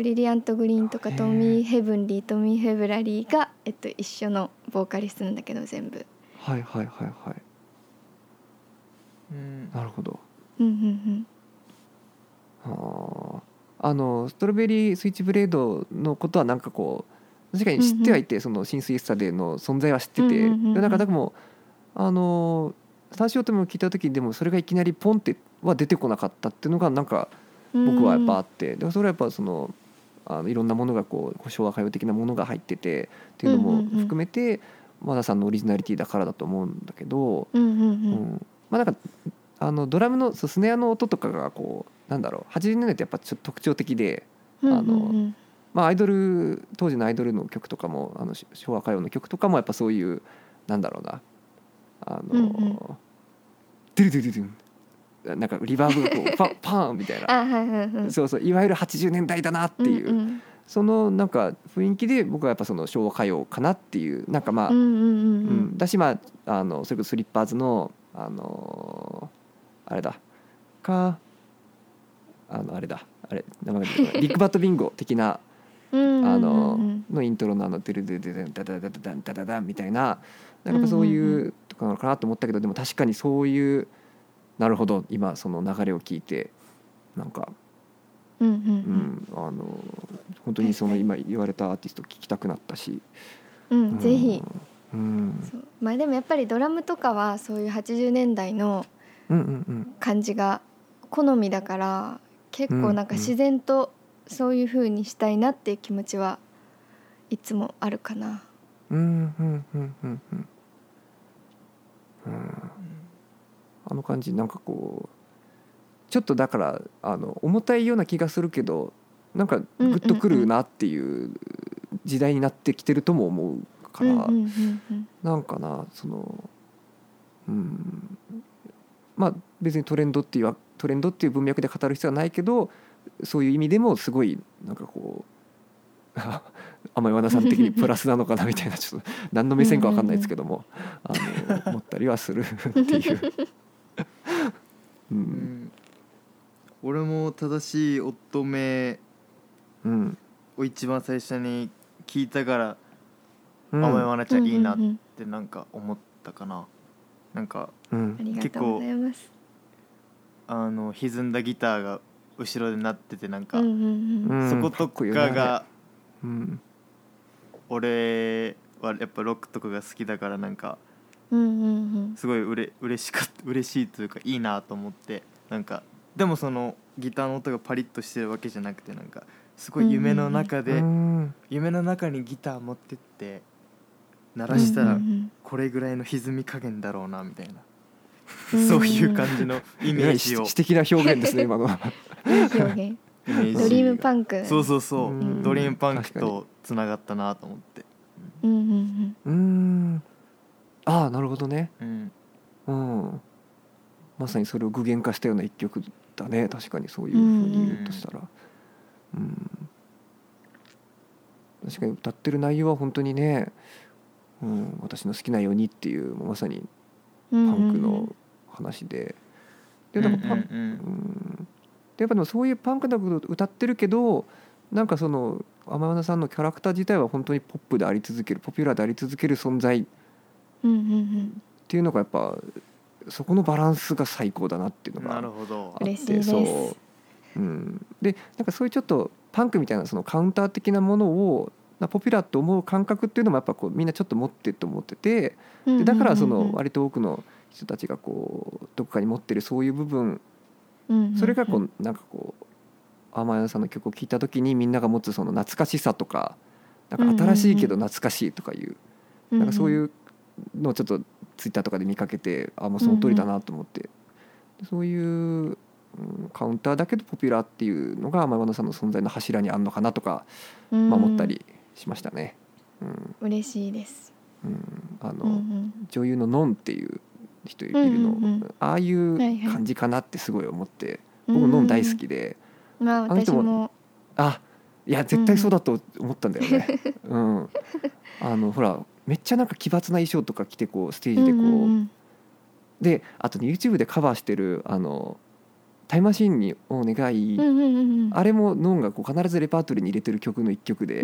ブリリアントグリーンとかトミーヘブンリー、トミーフェブラリーが、えっと、一緒のボーカリストなんだけど全部。 はいはいはいはい。 うん、 なるほど。 うんうんはあ、あのストロベリースイッチブレードのことはなんかこう確かに知ってはいて、うんうん、そのシンスイエスタデーの存在は知ってて、うんうんうんうん、なんかでもあのスタジオとも聞いた時にでもそれがいきなりポンっては出てこなかったっていうのがなんか僕はやっぱあって、でもそれはやっぱそのあのいろんなものがこう昭和歌謡的なものが入っててっていうのも含めて和田さんのオリジナリティだからだと思うんだけど、 うんうんうんうんまあ、なんかあのドラムのスネアの音とかがこうなんだろうはちじゅうねんだいってやっぱちょっと特徴的で、 うんうんうん、 あのまあ、アイドル当時のアイドルの曲とかもあの昭和歌謡の曲とかもやっぱそういうなんだろうなあの、うんうん、ドゥルドゥルドゥンなんかリバーブがこうパ, パーンみたいなあ、はいはいはい、 そうそういわゆるはちじゅうねんだいだなっていう、うんうん、そのなんか雰囲気で僕はやっぱその昭和歌謡かなっていうなんかまあ、うんうんうんうん、だしまああのそれこそスリッパーズのあのあれだかあのあれだあれ名前が出てこないビッグバットビンゴ的なあののイントロのあのデルデルデルダダダダダダダダみたいななんかそういうとかなのかなと思ったけど、でも確かにそういうなるほど今その流れを聞いてなんかうんうんうんうん、あの本当にその今言われたアーティスト聞きたくなったし、 うん、ぜひ、 うん、 そうまあでもやっぱりドラムとかはそういうはちじゅうねんだいの感じが好みだから結構なんか自然とそういう風にしたいなっていう気持ちはいつもあるかな。 うんうんうんうんうんうんあの感じなんかこうちょっとだからあの重たいような気がするけどなんかグッとくるなっていう時代になってきてるとも思うから、なんかなそのうんまあ別にトレンドっていうトレンドっていう文脈で語る必要はないけどそういう意味でもすごいなんかこう天岩田さん的にプラスなのかなみたいなちょっと何の目線か分かんないですけどもあの思ったりはするっていう、うんうん、 俺も正しい乙女を一番最初に聞いたから、うん、天岩菜ちゃんいいなってなんか思ったかな。なんか、うん、結構あの歪んだギターが後ろで鳴っててなんか、うんうんうん、そことかが、うん、俺はやっぱロックとかが好きだからなんか、うんうんうん、すごいうれ嬉しかった嬉しいというかいいなと思って、なんかでもそのギターの音がパリッとしてるわけじゃなくてなんかすごい夢の中で、うんうんうん、夢の中にギター持ってって鳴らしたらこれぐらいの歪み加減だろうなみたいな、うんうん、そういう感じのイメージを詩的な表現ですね今のは表現ドリームパンク、 そうそうそう、うん、ドリームパンクとつながったなと思って、 うんうんうん、 うんああなるほどね、うんうん、まさにそれを具現化したような一曲だね。確かにそういうふうに言うとしたら、うんうん、確かに歌ってる内容は本当にね、うん、私の好きなようにっていうまさにパンクの話で、でなんかパン、うんうん、でやっぱでもそういうパンクなことを歌ってるけどなんかその天岩さんのキャラクター自体は本当にポップであり続けるポピュラーであり続ける存在っていうのがやっぱそこのバランスが最高だなっていうのがあってそう、うん、でなんかそういうちょっとパンクみたいなそのカウンター的なものをポピュラーと思う感覚っていうのもやっぱこうみんなちょっと持ってると思ってて、でだからその割と多くの人たちがこうどこかに持ってるそういう部分、それがこうなんかこう天岩さんの曲を聴いた時にみんなが持つその懐かしさとか、なんか新しいけど懐かしいとかいう、なんかそういうのをちょっとツイッターとかで見かけて、あもうその通りだなと思って、そういう、うん、カウンターだけどポピュラーっていうのが天岩さんの存在の柱にあるのかなとか、まあ、思ったりしましたね。うん、 嬉しいです。 うん、あの、うんうん、女優のノンっていう人いるの、うんうんうん、ああいう感じかなってすごい思って、はいはい、僕ノン大好きで、 うんうん、まあ、私もあいや絶対そうだと思ったんだよね、うんうん、あのほらめっちゃなんか奇抜な衣装とか着てこうステージでこう、うんうんうん、であと YouTube でカバーしてるあのタイムマシーンにお願い、 うんうんうんうん、 あれもノンがこう必ずレパートリーに入れてる曲の一曲で、 うん、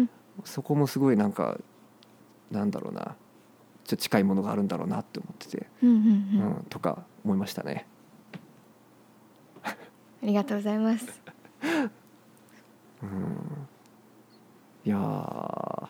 そこもすごいなんかなんだろうな、ちょっと近いものがあるんだろうなって思ってて、 うんうんうんうん、とか思いましたね。 ありがとうございます。 うん、いやー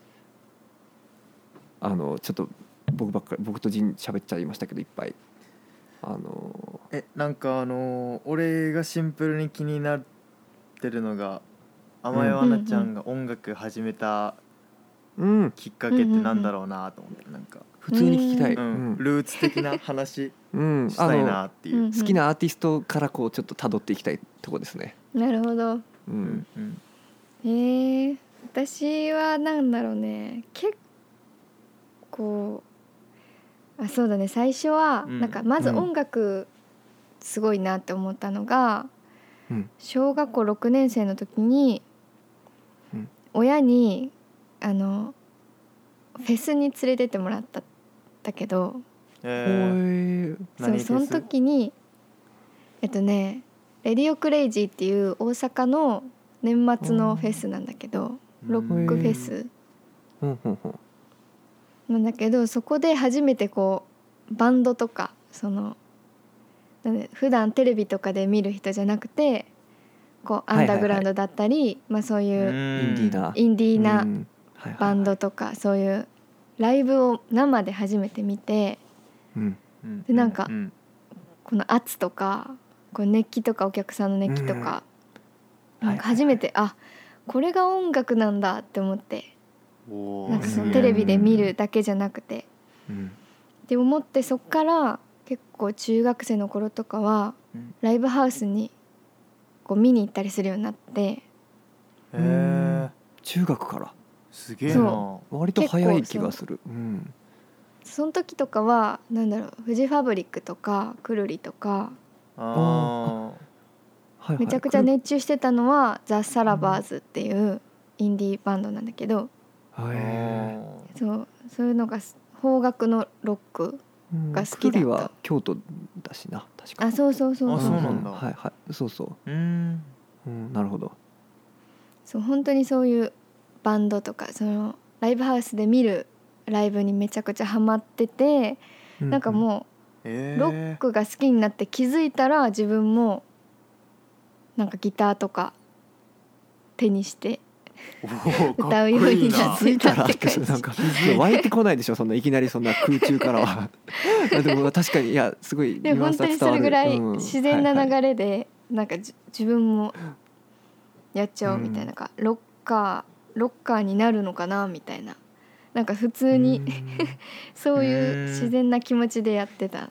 あのちょっと僕ばっかり僕とジン喋っちゃいましたけどいっぱいあのえなんかあのー俺がシンプルに気になってるのが甘えわなちゃんが音楽始めたうんきっかけってなんだろうなと思って、なんか、 普通に聞きたい、 ううんん、ルーツ的な話うん、 したいなっていう、 うん好きなアーティストからこうちょっと辿っていきたいとこですね。 なるほど。 ううんんうんえー、私はなんだろうね、結構あそうだね、最初はうんなんかまず音楽すごいなって思ったのが、 うん小学校ろくねん生の時にうん親にあのフェスに連れてってもらったんだけど、 えー、 おいそうその時にえっとねレディオクレイジーっていう大阪の年末のフェスなんだけど、ロックフェスうんうんうんなんだけど、そこで初めてこうバンドとかそのなんで普段テレビとかで見る人じゃなくてこうアンダーグラウンドだったり、まあそういうインディーなインディーうなんはいはいはいバンドとかそういうライブを生で初めて見て、 うんでなんかうんこの圧とかこう熱気とかお客さんの熱気とか、 うんなんか初めて、あこれが音楽なんだって思って、 おなんかそのーすげえテレビで見るだけじゃなくてうんって思って、そっから結構中学生の頃とかはうんライブハウスにこう見に行ったりするようになって、 へえ中学からすげえなそ割と早い気がする。うんその時とかはなんだろう、フジファブリックとかくるりとかあはいはいめちゃくちゃ熱中してたのはザ・サラバーズっていうインディーバンドなんだけど、 ーはいあそうそういうのが邦楽のロックうんが好きだったクリは京都だしな確か。 あそうそうそうあそそううなんだはいはいそうそーうんう、うん、なるほど。 そう本当にそういうバンドとかそのライブハウスで見るライブにめちゃくちゃハマってて、なんかもえーうロックが好きになって気づいたら自分もなんかギターとか手にしておーかっこ歌うようにいいななって気づいたらって感じなんか湧いてこないでしょそんないきなりそんな空中からはでも確かにいやすごいニでもュアン本当にそスは伝わる。 れぐらいうん自然なはいはい流れでなんかじ自分もやっちゃおうみたいな、なんかロッカーロッカーになるのかなみたいな、なんか普通にうんそういう自然な気持ちでやってた。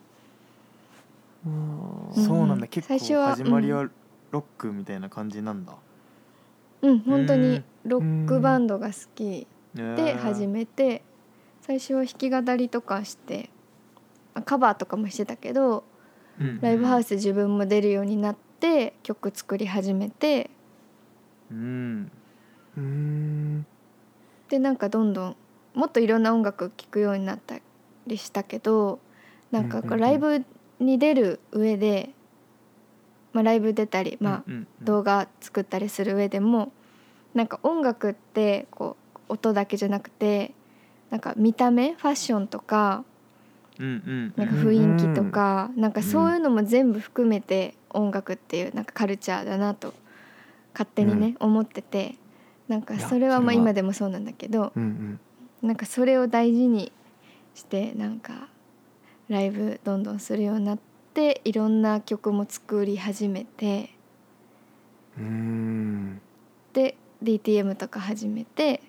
うんそうなんうんだ結最初は構始まりはロックみたいな感じなんだうん本当にロックバンドが好きでで始めて、最初は弾き語りとかしてカバーとかもしてたけど、ライブハウスス自分も出るようになって曲作り始めて、 うんうんでなんかどんどんもっといろんな音楽聴くようになったりしたけど、なんかこうんうんうんうライブに出る上で、まあ、ライブ出たり、まあ、 うんうん動画作ったりする上でもなんか音楽ってこう音だけじゃなくてなんか見た目ファッションとかうんうんなんか雰囲気とかなんかそういうのも全部含めて音楽っていうなんかカルチャーだなと勝手にね思ってて、なんかそれはまあ今でもそうなんだけど、 うんなんかそれを大事にしてなんかライブどんどんするようになっていろんな曲も作り始めて、 うんうんで ディーティーエム とか始めて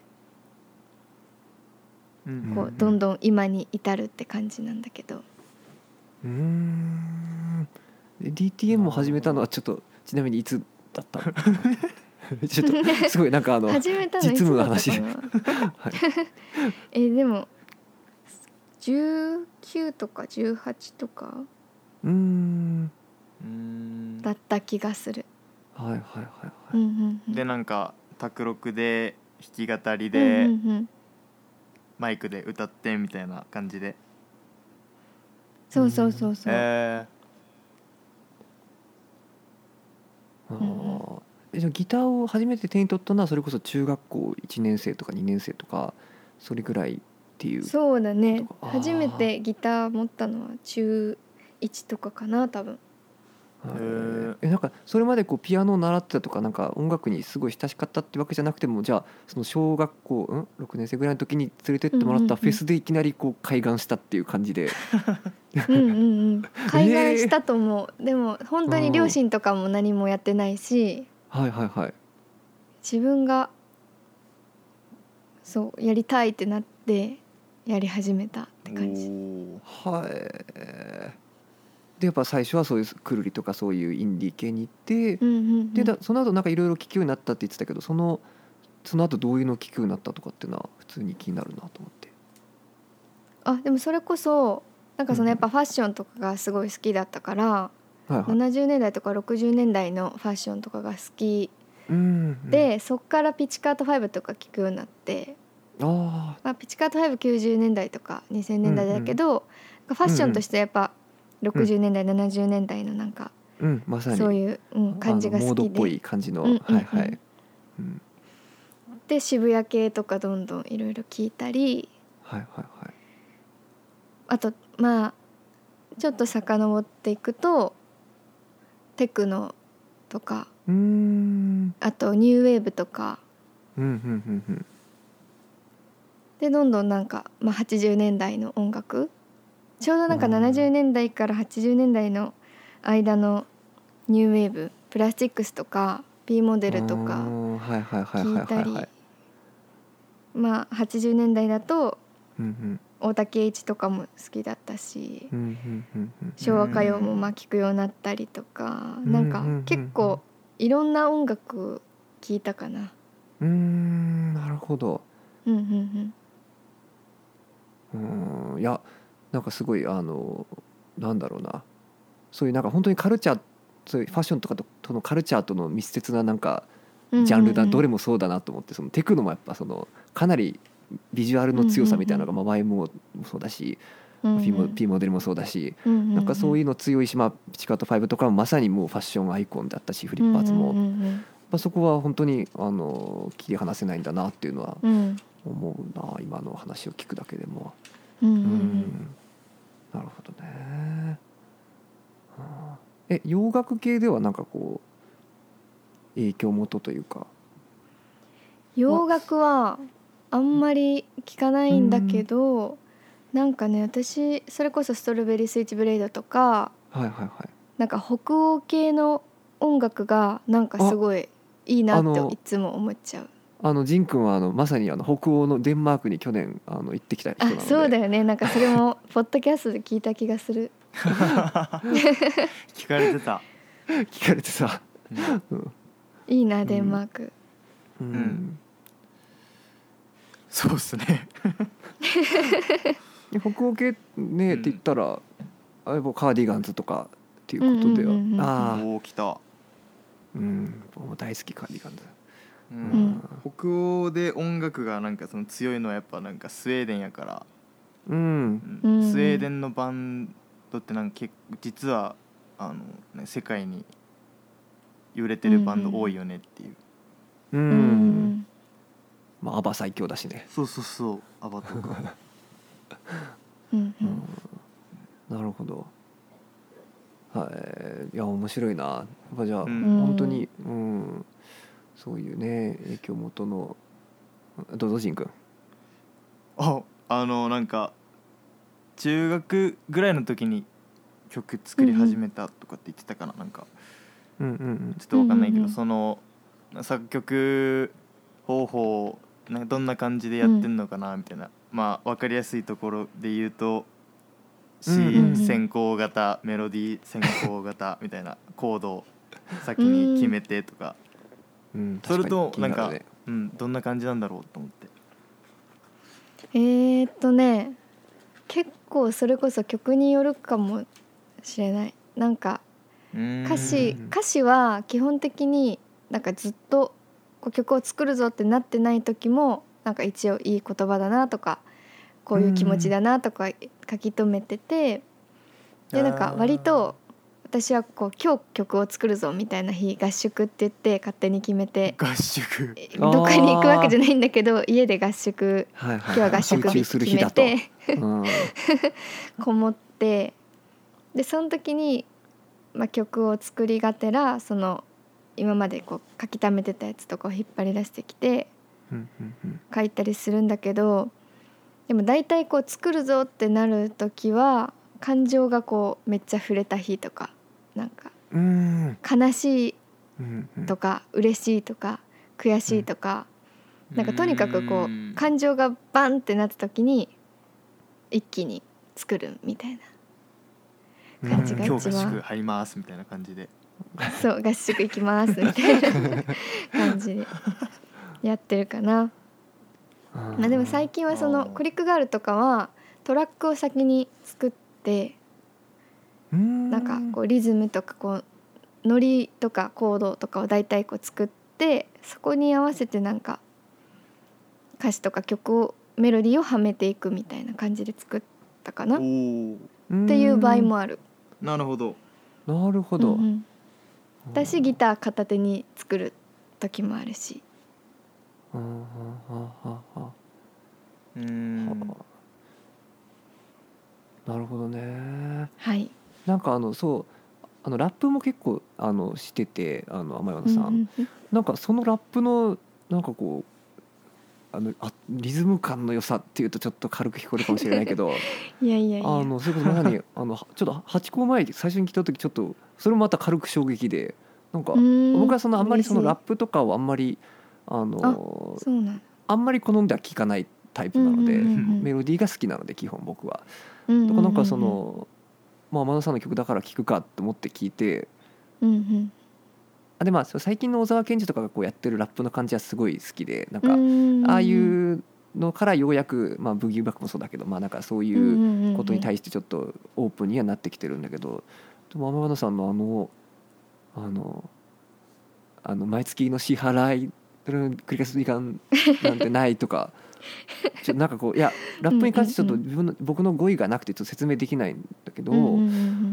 うんこうどんどん今に至るって感じなんだけど、 うんで ディーティーエム を始めたのはちょっとちなみにいつだったのちょっとすごいなんかあの始めたのい実つだった務の話かなはいえでもじゅうきゅうとかじゅうはちとかうんうんだった気がする。 はいはいはいはいうんうんうんでなんか卓録で弾き語りうんでうんうんマイクで歌ってみたいな感じでそうそうそうそう、 えあーじゃあギターを初めて手に取ったのはそれこそ中学校いちねん生とかにねん生とかそれぐらいっていう。 そうだね、 あー初めてギター持ったのは中いちとかかな多分。 はいへーえなんかそれまでこうピアノを習ってたとかなんか音楽にすごい親しかったってわけじゃなくてもじゃあその小学校、ん、ろくねん生ぐらいの時に連れてってもらったフェスでいきなりこう開眼したっていう感じで、 うんうんうん開眼したと思う、でも本当に両親とかも何もやってないし、 はいはいはい自分がそうやりたいってなってやり始めたって感じ。 おーはいでやっぱ最初はそういうくるりとかそういうインディー系に行って、 うんうんうんでだその後なんかいろいろ聴くようになったって言ってたけどそのその後どういうのを聴くようになったとかっていうのは普通に気になるなと思って。 あでもそれこそなんかそうんのやっぱファッションとかがすごい好きだったから、 はいはいななじゅうねんだいとかろくじゅうねんだいのファッションとかが好きうんうんで、そっからピチカートファイブとか聞くようになって、 あまあ、ピチカートファイブきゅうじゅうねんだいとかにせんねんだいだけど、ファッションとしてやっぱろくじゅうねんだい、ななじゅうねんだいのなんかあうんまさにそういう、うん、感じがあのモード好きで、 っぽい感じの、 うんうんうんはいはい、うん、 で渋谷系とかどんどんいろいろ聞いたり、 はいはいはいあとまあちょっと遡っていくとテクノとかうーんあとニューウェーブとかうんうんうんうんでどんどんなんか、まあ、はちじゅうねんだいの音楽ちょうどなんかうんななじゅうねんだいからはちじゅうねんだいの間のニューウェーブプラスチックスとか P モデルとかあーはいはいはい聞いたりはいはいはいまあはちじゅうねんだいだとうんうん大竹栄一とかも好きだったしうんうんうんうん昭和歌謡もまあ聞くようになったりとかうんなんかうんうんうん結構いろんな音楽聞いたかな。 うーんなるほど。 うんうんうーんいやなんかすごいあのなんだろうなそういうなんか本当にカルチャーそういうファッションとかととのカルチャーとの密接ななんかうんジャンルだ、 うんうんどれもそうだなと思ってそのテクノもやっぱそのかなりビジュアルの強さみたいなのがまあワイムもそうだし、 うんうん P モ P モデルもそうだし、 うんうんうんなんかそういうの強いし、まあ、ピチカートファイブとかもまさにもうファッションアイコンだったしフリッパーズも、 うんうんうんまあ、そこは本当にあの切り離せないんだなっていうのはうん思うな今の話を聞くだけでも。 うんうんううんんなるほどね。はあえ洋楽系ではなんかこう影響元というか。 洋楽はあんまり聞かないんだけど、なんかね私それこそストロベリースイッチブレイドとかはいはいはい。 なんか北欧系の音楽がなんかすごいいいなあのっていつも思っちゃう。 あのジン君はあのまさにあの北欧のデンマークに去年あの行ってきた人なので。 あそうだよねなんかそれもポッドキャストで聞いた気がする。 聞かれてた、 聞かれてさ、 うんうんいいなデンマーク、 うんんそうっすねで北欧系ねって言ったら、あれもカーディガンズとかっていうことでは、 うんうんうんうんああ、 おお来た、 うん、僕も大好きカーディガンズ。 ううんん、北欧で音楽がなんかその強いのはやっぱなんかスウェーデンやから、 うんうんうんスウェーデンのバンドってなんか結実はあの、ね、世界に揺れてるバンド多いよねっていう、 う、 うんんまあアバ最強だしね。 そうそうそうアバとかうんうんなるほど。はい、いや面白いな。やっぱじゃあ、 うん本当に、うん、そういうね影響元のどうぞジン君。 ああのなんか中学ぐらいの時に曲作り始めたとかって言ってたかな、なんかうんうんうんちょっと分かんないけど、 うんうんうんその作曲方法なんかどんな感じでやってんのかなみたいな、まあ分かりやすいところで言うと C うんうんうん先行型メロディー先行型みたいなコードを先に決めてとか、 うん、 それと確かに気にるねうん、どんな感じなんだろうと思って。 えー、っとね結構それこそ曲によるかもしれない。なんか歌詞うん歌詞は基本的になんかずっとこう曲を作るぞってなってない時もなんか一応いい言葉だなとかこういう気持ちだなとか書き留めてて、でなんか割と私はこう今日曲を作るぞみたいな日、合宿って言って勝手に決めて合宿どっかに行くわけじゃないんだけど、家で合宿、 はいはい、 今日は合宿日決めてこもって、でその時に、まあ、曲を作りがてらその今までこう書き溜めてたやつとかを引っ張り出してきて書いたりするんだけど、でも大体こう作るぞってなる時は感情がこうめっちゃ触れた日とか、なんか悲しいとか嬉しいとか悔しいとか、なんかとにかくこう感情がバンってなった時に一気に作るみたいな感じが一番、 今日合宿入りますみたいな感じで、 そう合宿行きますみたいな感じでやってるかな。まあでも最近はそのクリックガールとかはトラックを先に作って、なんかこうリズムとかこうノリとかコードとかを大体こう作って、そこに合わせてなんか歌詞とか曲をメロディーをはめていくみたいな感じで作ったかなっていう場合もある。 なるほどなるほど、うんうん、 私ギター片手に作る時もあるし、 はあはあはあはあ、 うーんはあ、なるほどね。 はい。 なんかあのそうあのラップも結構あのしてて、あの天山さん、うんうん、なんかそのラップのなんかこうあのあリズム感の良さっていうとちょっと軽く聞こえるかもしれないけどいやいやいや、 あのそれこそまさにあのちょっとはちこ前最初に聞いた時ちょっとそれもまた軽く衝撃で、なんか僕はそのあんまりそのラップとかをあんまりあの あ, そうなんあんまり好んでは聞かないタイプなので、うんうんうんうん、メロディーが好きなので基本僕は、うんうんうんうん、だからなんかその、まあ、天野さんの曲だから聴くかと思って聞いて、うんうん、あでまあ最近の小沢健二とかがこうやってるラップの感じはすごい好きで、なんか、うんうん、ああいうのからようやく、まあ、ブギーバックもそうだけど、まあ、なんかそういうことに対してちょっとオープンにはなってきてるんだけど、でも天野さんのあのあのあの毎月の支払い繰り返す時間なんてないとかちょっとなんかこういやラップに関してちょっと自分の僕の語彙がなくてちょっと説明できないんだけど、うんうんうん、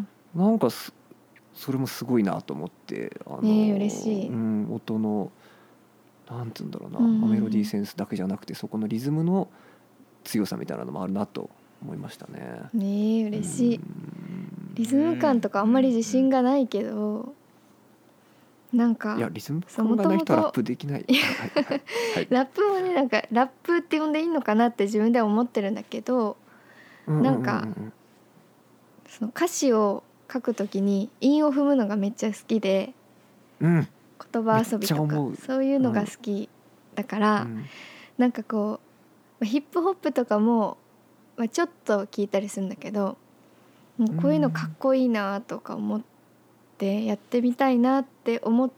なんかそれもすごいなと思って、あの、 えー、嬉しい、 うん、音のなんていうんだろうな、うんうん、メロディーセンスだけじゃなくてそこのリズムの強さみたいなのもあるなと思いましたね。 ねえ嬉しい。リズム感とかあんまり自信がないけど、なんかいやリズム感がない人はラップできないはいはいはい、 ラップもねなんかラップって呼んでいいのかなって自分では思ってるんだけど、なんかその歌詞を書くときに韻を踏むのがめっちゃ好きで、うん、言葉遊びとかそういうのが好きだから、うん、なんかこうヒップホップとかも、まあ、ちょっと聞いたりするんだけど、もうこういうのかっこいいなとか思ってやってみたいなって思って、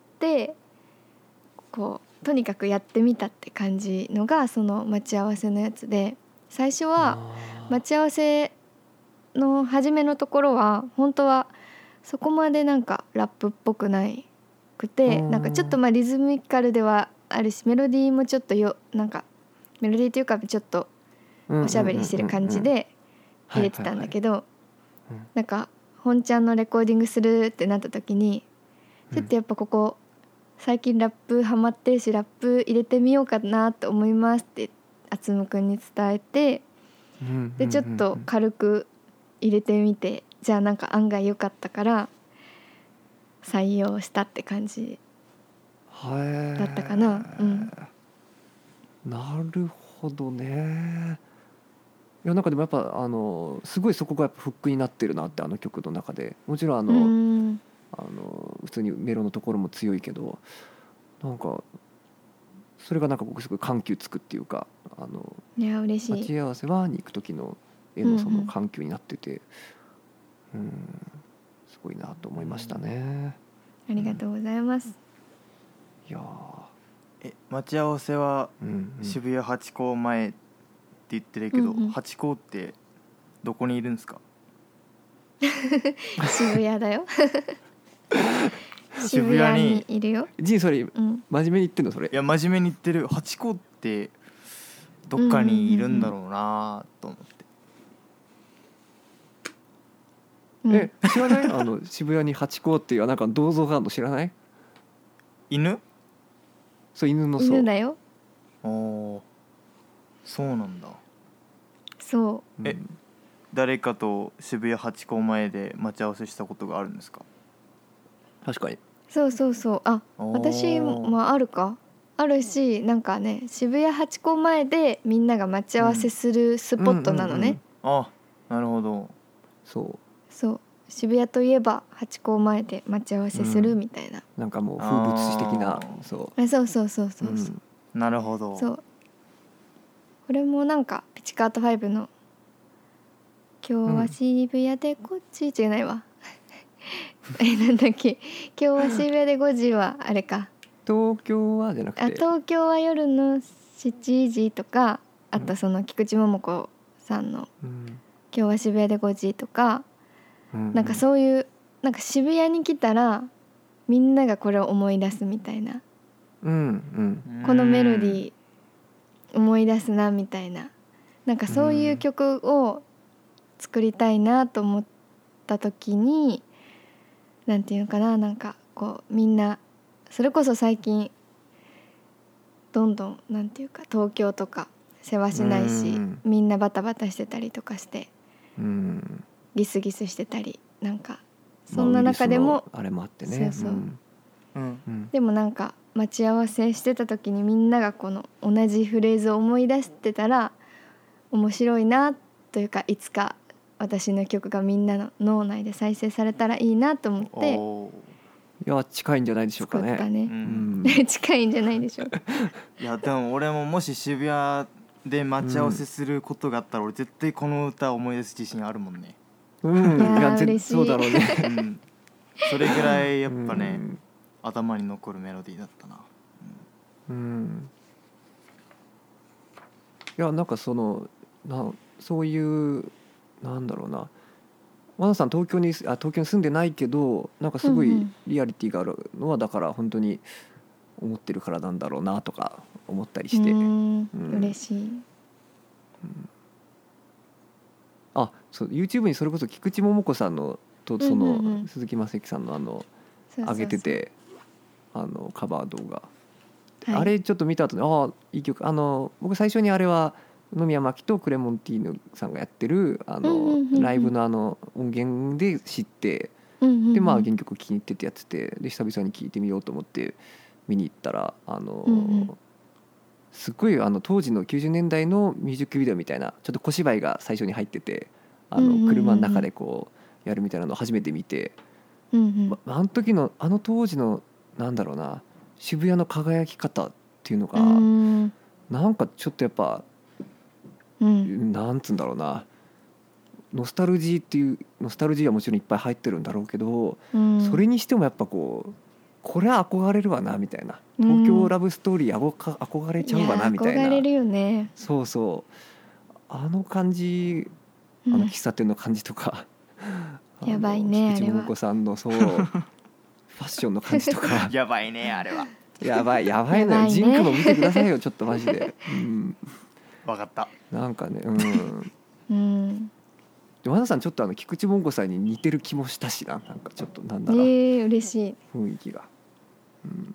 こうとにかくやってみたって感じのがその待ち合わせのやつで、最初は待ち合わせの初めのところは本当はそこまでなんかラップっぽくないくて、なんかちょっとまあリズミカルではあるしメロディーもちょっとよなんかメロディーというかちょっとおしゃべりしてる感じで入れてたんだけど、なんか本ちゃんのレコーディングするってなった時にちょっとやっぱここ最近ラップハマってるしラップ入れてみようかなと思いますってあつむくんに伝えて、でちょっと軽く入れてみて、じゃあなんか案外良かったから採用したって感じだったかな、うん、 なるほどね。いやなんかでもやっぱあのすごいそこがやっぱフックになってるなって、あの曲の中でもちろんあの、うん、あの普通にメロのところも強いけど、なんかそれがなんか僕すごい緩急つくっていうか、あのいや嬉しい、 待ち合わせはに行く時の絵のその緩急になってて、うんうん、うんすごいなと思いましたね。 ありがとうございます、 うん、いやえ待ち合わせは渋谷ハチ公前って言ってるけど、うんうん、ハチ公ってどこにいるんですか？ 渋谷だよ渋谷にいるよ。 ジンそれ、うん、真面目に言ってんのそれ？ いや真面目に言ってる。ハチ公ってどっかにいるんだろうなと思って、 ううんえ知らないあの渋谷にハチ公っていうなんか銅像があるの知らない？ 犬？ そう犬のそう犬だよ。 おー、そうなんだ。 そうんえ誰かと渋谷ハチ公前で待ち合わせしたことがあるんですか？ 確かにうそうそうそうあおー私もあるかあるし、なんかね渋谷ハチ公前でみんなが待ち合わせするスポットなのね、 うんうんうんあ、なるほど。 そそう渋谷といえばハチ公前で待ち合わせするみたいな、 うなんかもう風物詩的なあーそあそうそうそうそうう、 そう、 んなるほど。 そうこれもなんかピチカートファイブの今日は渋谷でこっち、違うないわえなんだっけ今日は渋谷でごじはあれか東京はじゃなくてあ東京は夜のしちじとか、あとその菊池桃子さんのうん今日は渋谷でごじとか、 うんなんかそういうなんか渋谷に来たらみんながこれを思い出すみたいな、 うんうんこのメロディー思い出すなみたいな、なんかそういう曲を作りたいなと思った時に、なんていうのかな、なんかこうみんなそれこそ最近どんどんなんていうか東京とかせわしないし、 うんみんなバタバタしてたりとかしてうんギスギスしてたり、なんかそんな中でも、 まあウイルスのあれもあってねそうそうんうんうんでもなんか待ち合わせしてた時にみんながこの同じフレーズを思い出してたら面白いなというか、いつか私の曲がみんなの脳内で再生されたらいいなと思っておーいや近いんじゃないでしょうかね作ったね、 ううんん近いんじゃないでしょうかいやでも俺ももし渋谷で待ち合わせすることがあったら、俺絶対この歌を思い出す自信あるもんね。 うんいやーぜ嬉しいそうだろうねうんそれぐらいやっぱね、 うん頭に残るメロディーだったな。 うんいやなんかそのなそういうなんだろうな、和田さん東京にあ東京に住んでないけどなんかすごいうんうんリアリティがあるのはだから本当に思ってるからなんだろうなとか思ったりうして、 ーんうん嬉しい。 あそう YouTube にそれこそ菊池桃子さんのとそうんうんうんの鈴木雅之さんのあのそうそうそう上げててあのカバー動画、 はいあれちょっと見た後にああいい曲、あの僕最初にあれは野宮真貴とクレモンティーヌさんがやってるあの、 うんうんうんうんライブのあの音源で知ってうんうんうんでまあ原曲気に入っててやっててで久々に聴いてみようと思って見に行ったらあの、 うんうんすっごいあの当時のきゅうじゅうねんだいのミュージックビデオみたいなちょっと小芝居が最初に入っててあうんうんうんうんの車の中でこうやるみたいなのを初めて見て、 うんうんまあの時のあの当時のなんだろうな渋谷の輝き方っていうのがうーんなんかちょっとやっぱうんなんつうんだろうなノスタルジーっていうノスタルジーはもちろんいっぱい入ってるんだろうけど、 うんそれにしてもやっぱこうこれは憧れるわなみたいな東京ラブストーリーあごか憧れちゃうわなみたいなや憧れるよね。 そうそうあの感じあうんの喫茶店の感じとか、あのやばいねあれは菊池桃子さんのそうファッションの感じとかやばいねあれは。 やばいやばいのよ、 やばいねジンクも見てくださいよちょっとマジで、うん、 分かった。 なんかねうんうんで和田さんちょっとあの菊池桃子さんに似てる気もしたしななんかちょっとなんだえろう、 ー、嬉しい。 雰囲気が、うん、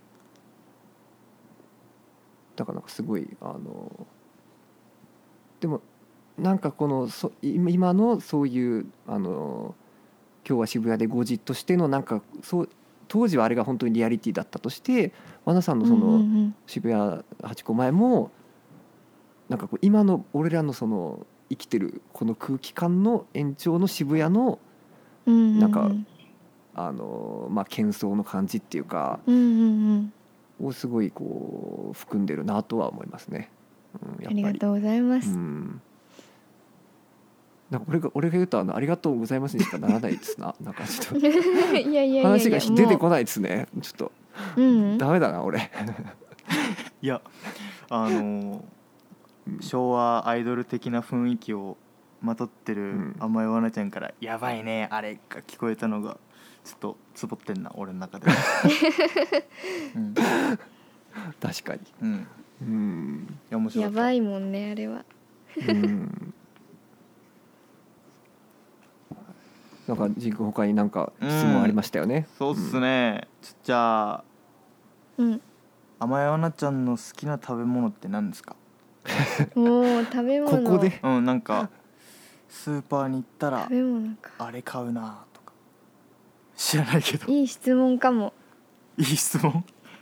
だからなんかすごいあのでもなんかこのそ今のそういうあの今日は渋谷でごじとしてのなんかそう当時はあれが本当にリアリティだったとして和田さんのそうんうのん渋谷ハチ公前もなんかこう今の俺らのその生きてるこの空気感の延長の渋谷のうんうんうんなんかあのまあ喧騒の感じっていうかうんうんうんをすごいこう含んでるなとは思いますね。うん、やっぱりありがとうございます。 うんなんか俺が俺が言うとあのありがとうございますにしかならないですな。なんかちょっいやいやいやいやと話が出てこない。 ないですね。ちょっとうんうんダメだな俺。 いやあのー昭和アイドル的な雰囲気をまとってるん甘いわなちゃんから「やばいねあれ」が聞こえたのがちょっとつぼってんな俺の中で。うん確かに。 うんうん。 いや面白かった。 やばいもんねあれは。 うん。 なんかジン君他になんか質問ありましたよね。 そうっすね、うん、じゃあ、 うん、 甘やなちゃんの好きな食べ物って何ですか？ もう食べ物ここでうん、なんかスーパーに行ったら食べ物かあれ買うなとか知らないけど。 いい質問かも。 いい質問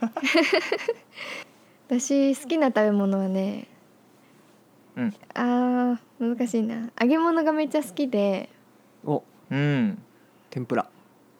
私好きな食べ物はね、 うん、 あー難しいな。揚げ物がめっちゃ好きで。 お、 うん、 天ぷら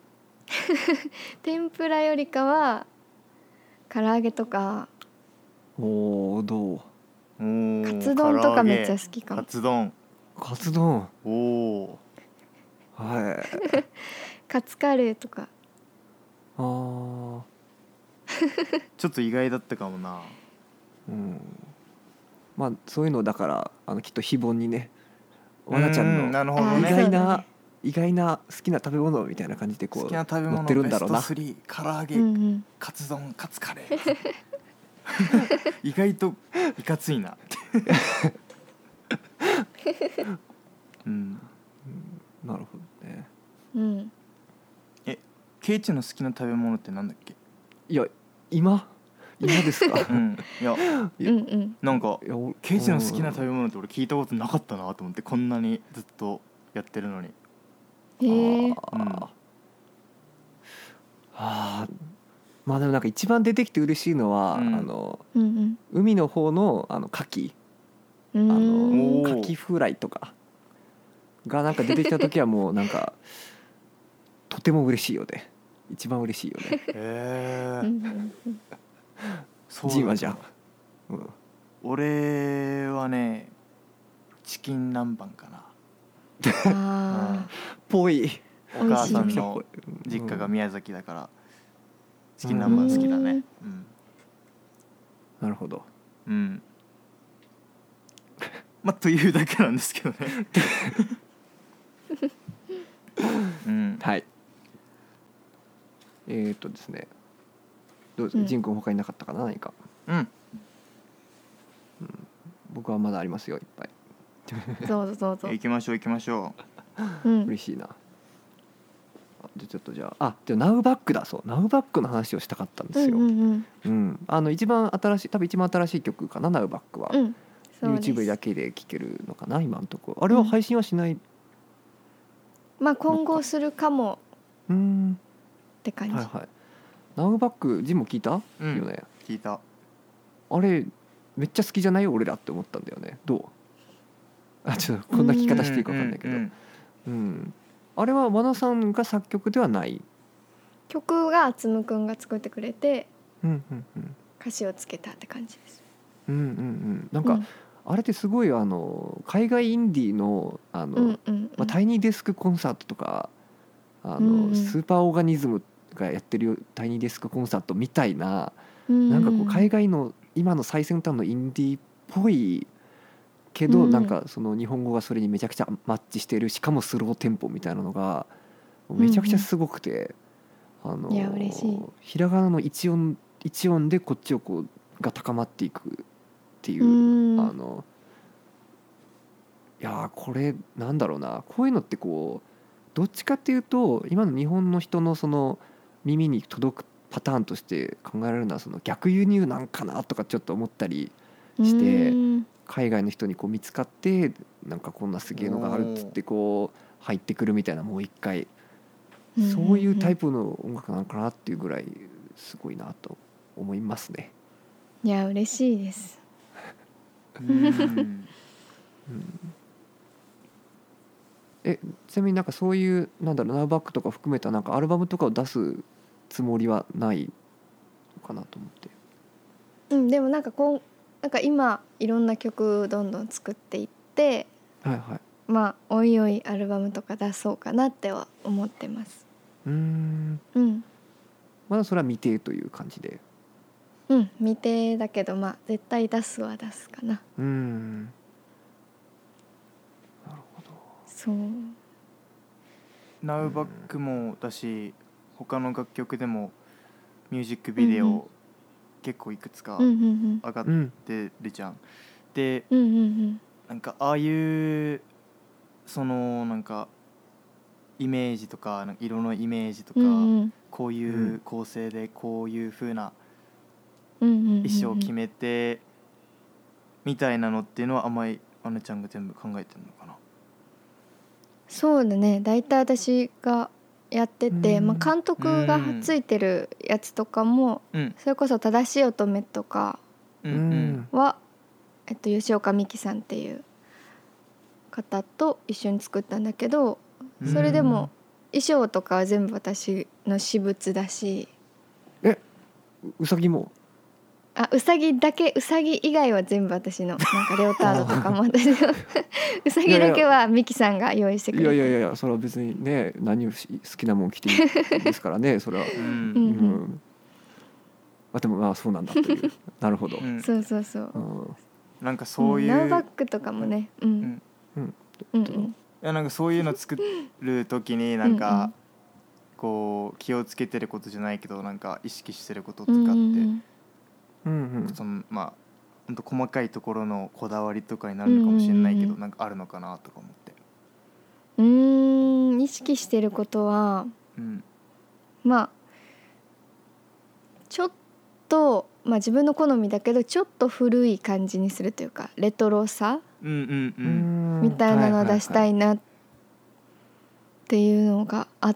天ぷらよりかは唐揚げとか。 おー、どう？ おカツ丼とかめっちゃ好きかも。 カツ丼、 カツ丼、 おお、 はいカツカレーとか。 あー、 ちょっと意外だったかもな。 うん、まあそういうのだからあのきっと非凡にね、わなちゃんなのるほどね、 意外な、 ね、 意外な好きな食べ物みたいな感じでこう好きな食べ物乗ってるんだろうな。 ベストスリー、唐揚げ、 うんうん、 カツ丼、カツカレー意外といかついなうん、 なるほどね。 うん、 え、ケイチの好きな食べ物ってなんだっけ？ いや今今ですかうん、いや、 うんうんなんかいやおケイチの好きな食べ物って俺聞いたことなかったなと思って、こんなにずっとやってるのに。 へえ。 あー、あー、まあでもなんか一番出てきて嬉しいのは、 うんあのうんうん海の方のあの牡蠣、 うあん、 のおー牡蠣フライとかがなんか出てきた時はもうなんかとても嬉しいよね。一番嬉しいよね。 へえ、 うんうんうん、 そうジンはじゃあ、うん、 俺はねチキン南蛮かな。 あぽい。 お母さんの美味しいよ実家が宮崎だからチキン南蛮好きだね。うんなるほど。 うんまあというだけなんですけどねうん、 はい。えー、っとですね、どうですか、 うんジン君他になかったかな、何か。 うん僕はまだありますよ、いっぱい。 ーどうぞどうぞ。 行きましょう行きましょうん嬉しいな。あ、じゃあちょっとじゃあ、あ、じゃあナウバックだ、そう、ナウバックの話をしたかったんですよ。 うんうんうん、あの一番新しい、多分一番新しい曲かな、ナウバックは。 うん、そうです。 YouTube だけで聴けるのかな、今のところ。あれは配信はしない。 まあ今後するかもうーん、 って感じ。 はいはい。ナウバック、ジンも聞いた、 うんよね。 聞いた。 あれめっちゃ好きじゃない俺らって思ったんだよね。どう？あ、ちょっとこんな聞き方していいか分かんないけど、 ううんんうん、あれは和田さんが作曲ではない？ 曲がつむくんが作ってくれてうんうんうん歌詞をつけたって感じです。 うんうんうん、なんか、 うんあれってすごいあの海外インディーのあの、 うんうんうん、 まあ、タイニーデスクコンサートとかあの、 うんうん、 スーパーオーガニズムがやってるタイニーデスクコンサートみたいな、 うんなんかこう海外の今の最先端のインディーっぽいけど、 うんなんかその日本語がそれにめちゃくちゃマッチしてる、しかもスローテンポみたいなのがめちゃくちゃすごくて、あのいや嬉しい。 ひらがなの一音一音でこっちをこうが高まっていくっていう、 うんあのいやーこれなんだろうな、こういうのってこうどっちかっていうと今の日本の人のその耳に届くパターンとして考えられるのはその逆輸入なんかなとかちょっと思ったりして、 うん海外の人にこう見つかってなんかこんなすげえのがあるっつってこう入ってくるみたいな、もう一回そういうタイプの音楽なのかなっていうぐらいすごいなと思いますね。 いや嬉しいです。 うんうんえちなみになんかそういうなんだろうナウバックとか含めたなんかアルバムとかを出すつもりはないのかなと思って。 うんでもなんかこうなんか今いろんな曲どんどん作っていってはいはい。 まあおいおいアルバムとか出そうかなっては思ってます。 うーんうんまだそれは未定という感じで。 うん未定だけどまあ絶対出すは出すかな。 うーんなるほど。 そうナウバックもだし他の楽曲でもミュージックビデうんうんオ結構いくつかうんうん上がっうんてるじゃん。でうんうんうんなんかああいうそのなんかイメージとか、なんか色のイメージとか、 うんうん、 こういう構成でこういう風なうんうんうんうん、 衣装を決めてみたいなのっていうのはあまりあなちゃんが全部考えてるのかな。 そうだね、大体私がやってて、まあ、監督がついてるやつとかも、 うん、 それこそ正しい乙女とかうんうんは、えっと、吉岡美希さんっていう方と一緒に作ったんだけど、それでも衣装とかは全部私の私物だし。 え、うさぎも？ あ、うさぎだけ、うさぎ以外は全部私の、なんかレオタードとかも私のうさぎだけはミキさんが用意してくれて。 いやいやいや、それは別にね、何を好きなもん着ていいですからねそれは、うんうんうんうん、 あ、でもまあそうなんだというなるほど、 うん、 そうそうそう、 うん、 なんかそういう、 うん、ナウバックとかもね、うんうんうんうんうん、 いやなんかそういうの作る時になんか、うんうん、こう気をつけてることじゃないけど、なんか意識してることとかって、うんうんうん、そのまあ本当細かいところのこだわりとかになるのかもしれないけど、うんうんうん、なんかあるのかなとか思って。 うーん、意識してることは、うん、まあちょっと、まあ、自分の好みだけどちょっと古い感じにするというか、レトロさ、うんうんうん、みたいなのを出したいなっていうのがあって、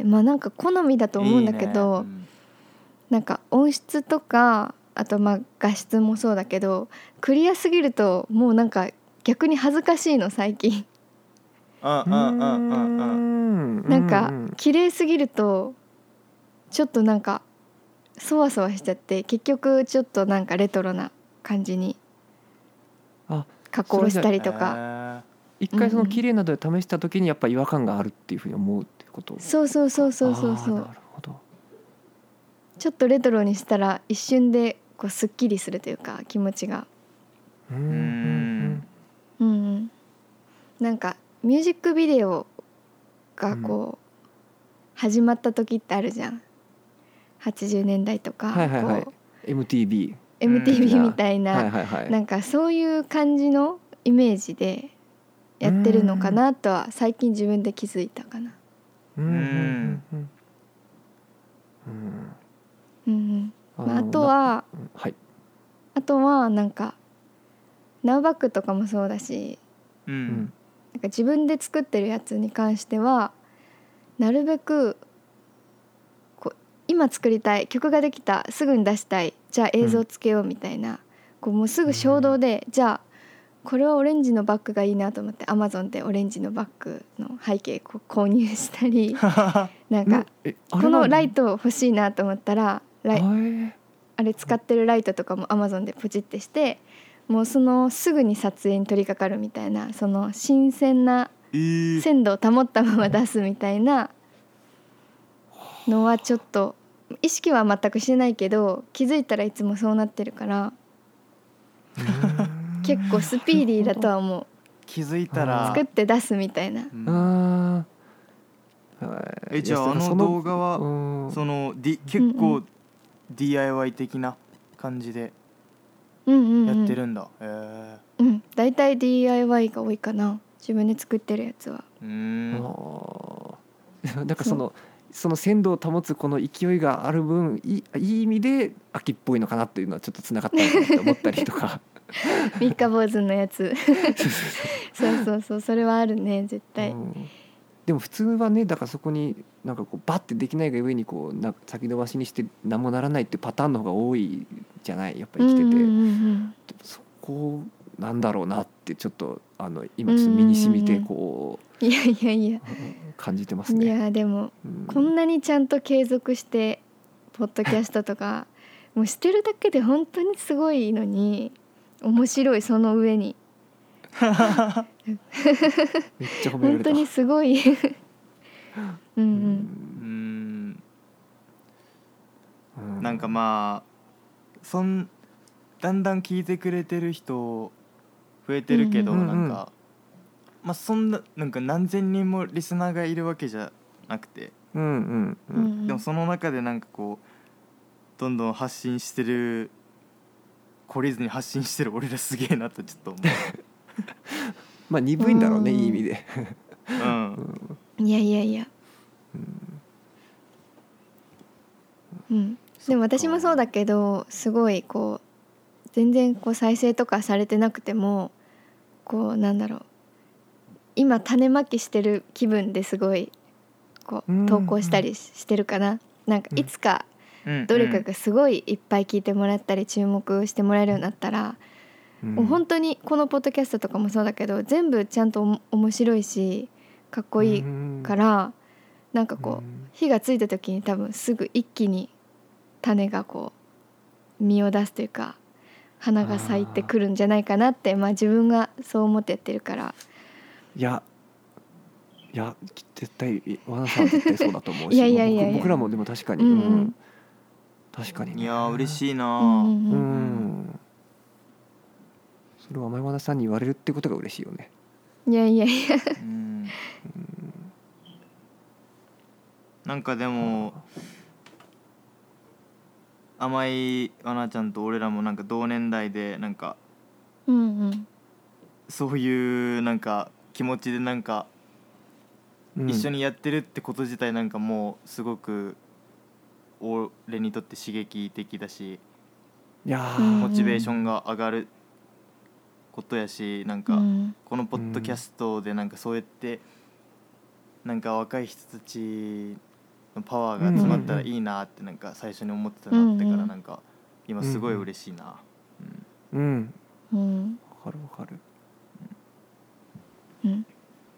まあなんか好みだと思うんだけど、いいね、うん、なんか音質とか、あとまあ画質もそうだけど、クリアすぎるともうなんか逆に恥ずかしいの最近。 ああああああ、 なんか綺麗すぎるとちょっとなんかそわそわしちゃって、結局ちょっとなんかレトロな感じに加工したりとか、 一回その綺麗などで試した時にやっぱ違和感があるっていうふうに思うっていうこと、うん、 そうそうそうそうそうそう、 なるほど。 ちょっとレトロにしたら一瞬でこうすっきりするというか、気持ちが、 うんうんうんうん、なんかミュージックビデオがこう始まった時ってあるじゃん、はちじゅうねんだいとか、 はいはいはい、 こうエムティービーエムティービー みたいな、 はいはいはい、 なんかそういう感じのイメージでやってるのかなとは最近自分で気づいたかな。 うんうんうんうんうん、まあ、あとは、 はい、 あとはなんかナウバックとかもそうだし、 うん、 なんか自分で作ってるやつに関してはなるべくこう今作りたい曲ができた、すぐに出したい、じゃあ映像つけようみたいな、うん、こうもうすぐ衝動で、うん、じゃあこれはオレンジのバッグがいいなと思って Amazon でオレンジのバッグの背景を購入したりなんかこのライト欲しいなと思ったらライあれ使ってるライトとかも Amazon でポチってして、もうそのすぐに撮影に取り掛かるみたいな、その新鮮な鮮度を保ったまま出すみたいなのはちょっと意識は全くしてないけど、気づいたらいつもそうなってるから結構スピーディーだとは思う。 気づいたら作って出すみたいな、うん、 あえじゃああの動画はその、D、結構 ディーアイワイ 的な感じでやってるんだ、うんうんうん、へー、うん、だいたい ディーアイワイ が多いかな、自分で作ってるやつは。 うーんなんかそのその鮮度を保つこの勢いがある分いい、いい意味で秋っぽいのかなっていうのはちょっとつながったのかなって思ったりとか三日坊主のやつそうそうそう、それはあるね絶対、うん、 でも普通はね、だからそこになんかこうバッてできないが上にこうな先延ばしにして何もならないっていうパターンの方が多いじゃない、やっぱり生きてて、うんうんうん、そこなんだろうなってちょっとあの今ちょっと身に染みてこう、 いやいやいや感じてますね。 いやでも、うん、こんなにちゃんと継続してポッドキャストとかもうしてるだけで本当にすごいのに面白い、その上にめっちゃ褒められた。 本当にすごいうん、うん、 うんなんかまあそんだんだん聞いてくれてる人増えてるけど、うんうんうん、なんかまあそんななんか何千人もリスナーがいるわけじゃなくて、 うんうんうん、 でもその中でなんかこうどんどん発信してる、懲りずに発信してる俺らすげえなとちょっと思うまあ鈍いんだろうね、いい意味でうん、 いやいやいやうん、でも私もそうだけどすごいこう全然こう再生とかされてなくてもこうなんだろう今種まきしてる気分ですごいこう投稿したりしてるかな、うん、なんかいつかどれかがすごいいっぱい聞いてもらったり注目してもらえるようになったら、うん、もう本当にこのポッドキャストとかもそうだけど全部ちゃんと面白いしかっこいいから、うん、なんかこう火がついた時に多分すぐ一気に種がこう実を出すというか花が咲いてくるんじゃないかなって、まあ自分がそう思ってやってるから。 いやいや絶対和田さんは絶対そうだと思うしいやいやいやいや僕, 僕らもでも確かに、うんうん、確かに、ね、 いや嬉しいな、 うんうんうんうんそれは前和田さんに言われるってことが嬉しいよね。 いやいやいやうん、なんかでも甘いわなちゃんと俺らもなんか同年代でなんか、 うんうん、 そういうなんか気持ちでなんか一緒にやってるってこと自体なんかもうすごく俺にとって刺激的だし、 いやモチベーションが上がることやし、なんかこのポッドキャストでなんかそうやってなんか若い人たちのパワーが詰まったらいいなってなんか最初に思ってたなってからなんか今すごい嬉しいな。 うん、うん、わかるわかる。 うん。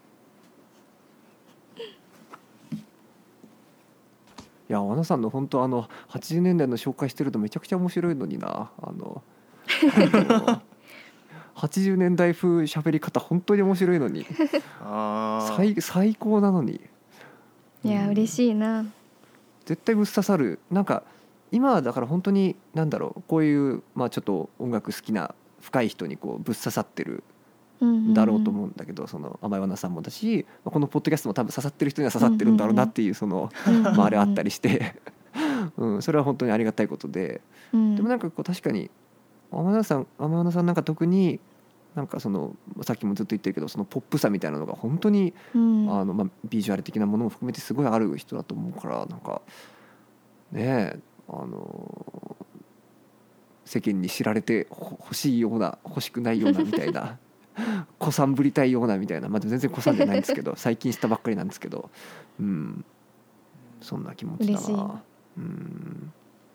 いや和田さんの本当あのはちじゅうねんだいの紹介してるとめちゃくちゃ面白いのにな。あのあのはちじゅうねんだい風喋り方本当に面白いのにあ最, 最高なのに。 いや、うん、嬉しいな。 絶対ぶっ刺さる。なんか今はだから本当になんだろうこういう、まあ、ちょっと音楽好きな深い人にこうぶっ刺さってるだろうと思うんだけど、その甘いわなさんもだしこのポッドキャストも多分刺さってる人には刺さってるんだろうなっていうそのまああれあったりしてうん、それは本当にありがたいことで、でもなんかこう確かに甘いわなさん甘いわなさんなんか特になんかそのさっきもずっと言ってるけどそのポップさみたいなのが本当に、うん、あのまあビジュアル的なものも含めてすごいある人だと思うから、なんかねえあの世間に知られて欲しいような欲しくないようなみたいな子さんぶりたいようなみたいな、まあ、全然子さんじゃないんですけど最近したばっかりなんですけど、うん、そんな気持ちだな。うん、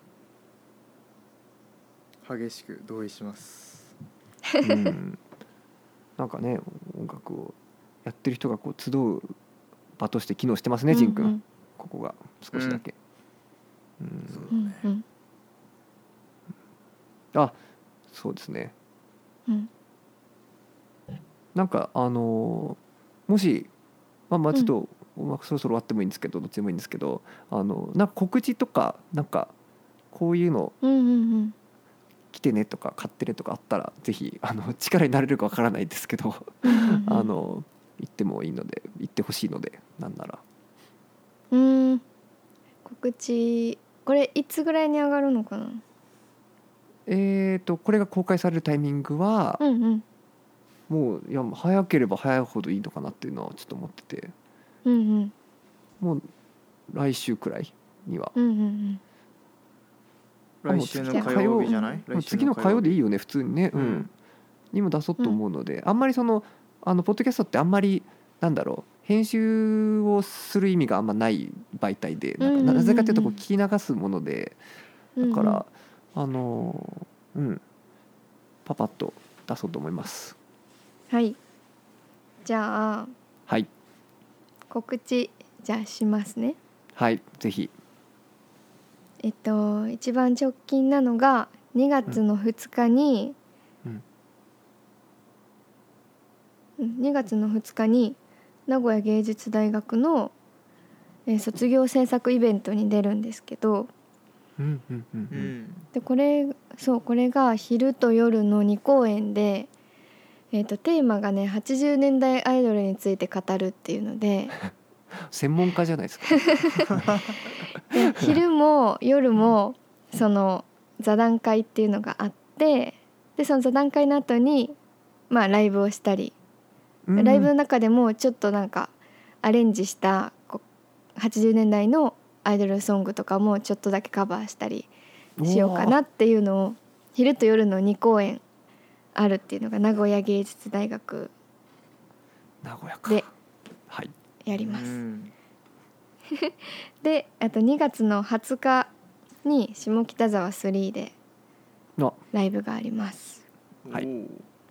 激しく同意します。 うん、なんかね音楽をやってる人がこう集う場として機能してますね、ジン君、うんうん、ここが少しだけ、うんうん、そうだね、あ、そうですね、うん、なんかあのもしまあまあちょっと、うん、まあ、そろそろ終わってもいいんですけどどっちでもいいんですけど、あのなんか告知とかなんかこういうの来てねとか買ってねとかあったらぜひあの力になれるかわからないですけどあの言ってもいいので言ってほしいので、なんならうーん告知これいつぐらいに上がるのかな。 えーとこれが公開されるタイミングは、うんうん、もういや早ければ早いほどいいのかなっていうのはちょっと思ってて、うんうん、もう来週くらいには、うんうんうん、来週の火曜日じゃない？ 次の火曜でいいよね普通にね、うんうん、にも出そうと思うので、うん、あんまりそのあのポッドキャストってあんまりなんだろう編集をする意味があんまない媒体で、なんかなぜかというとこう聞き流すもので、だから、うんうん、あのうんパパッと出そうと思います。 はい、じゃあ、 はい、 告知じゃあしますね。 はい、ぜひ。 えっと一番直近なのがにがつのふつかに、うんうん、にがつのふつかに名古屋芸術大学の、えー、卒業制作イベントに出るんですけど、うんうんうんうん、でこれそうこれが昼と夜のに公演で、えーと、テーマがねはちじゅうねんだいアイドルについて語るっていうので専門家じゃないですかで昼も夜もその座談会っていうのがあって、でその座談会の後にまあライブをしたり、うん、ライブの中でもちょっとなんかアレンジしたこうはちじゅうねんだいのアイドルソングとかもちょっとだけカバーしたりしようかなっていうのを昼と夜のに公演あるっていうのが名古屋芸術大学名古屋かではいやります、 うん、 であとにがつのはつかに下北沢スリーであライブがあります。 はいおー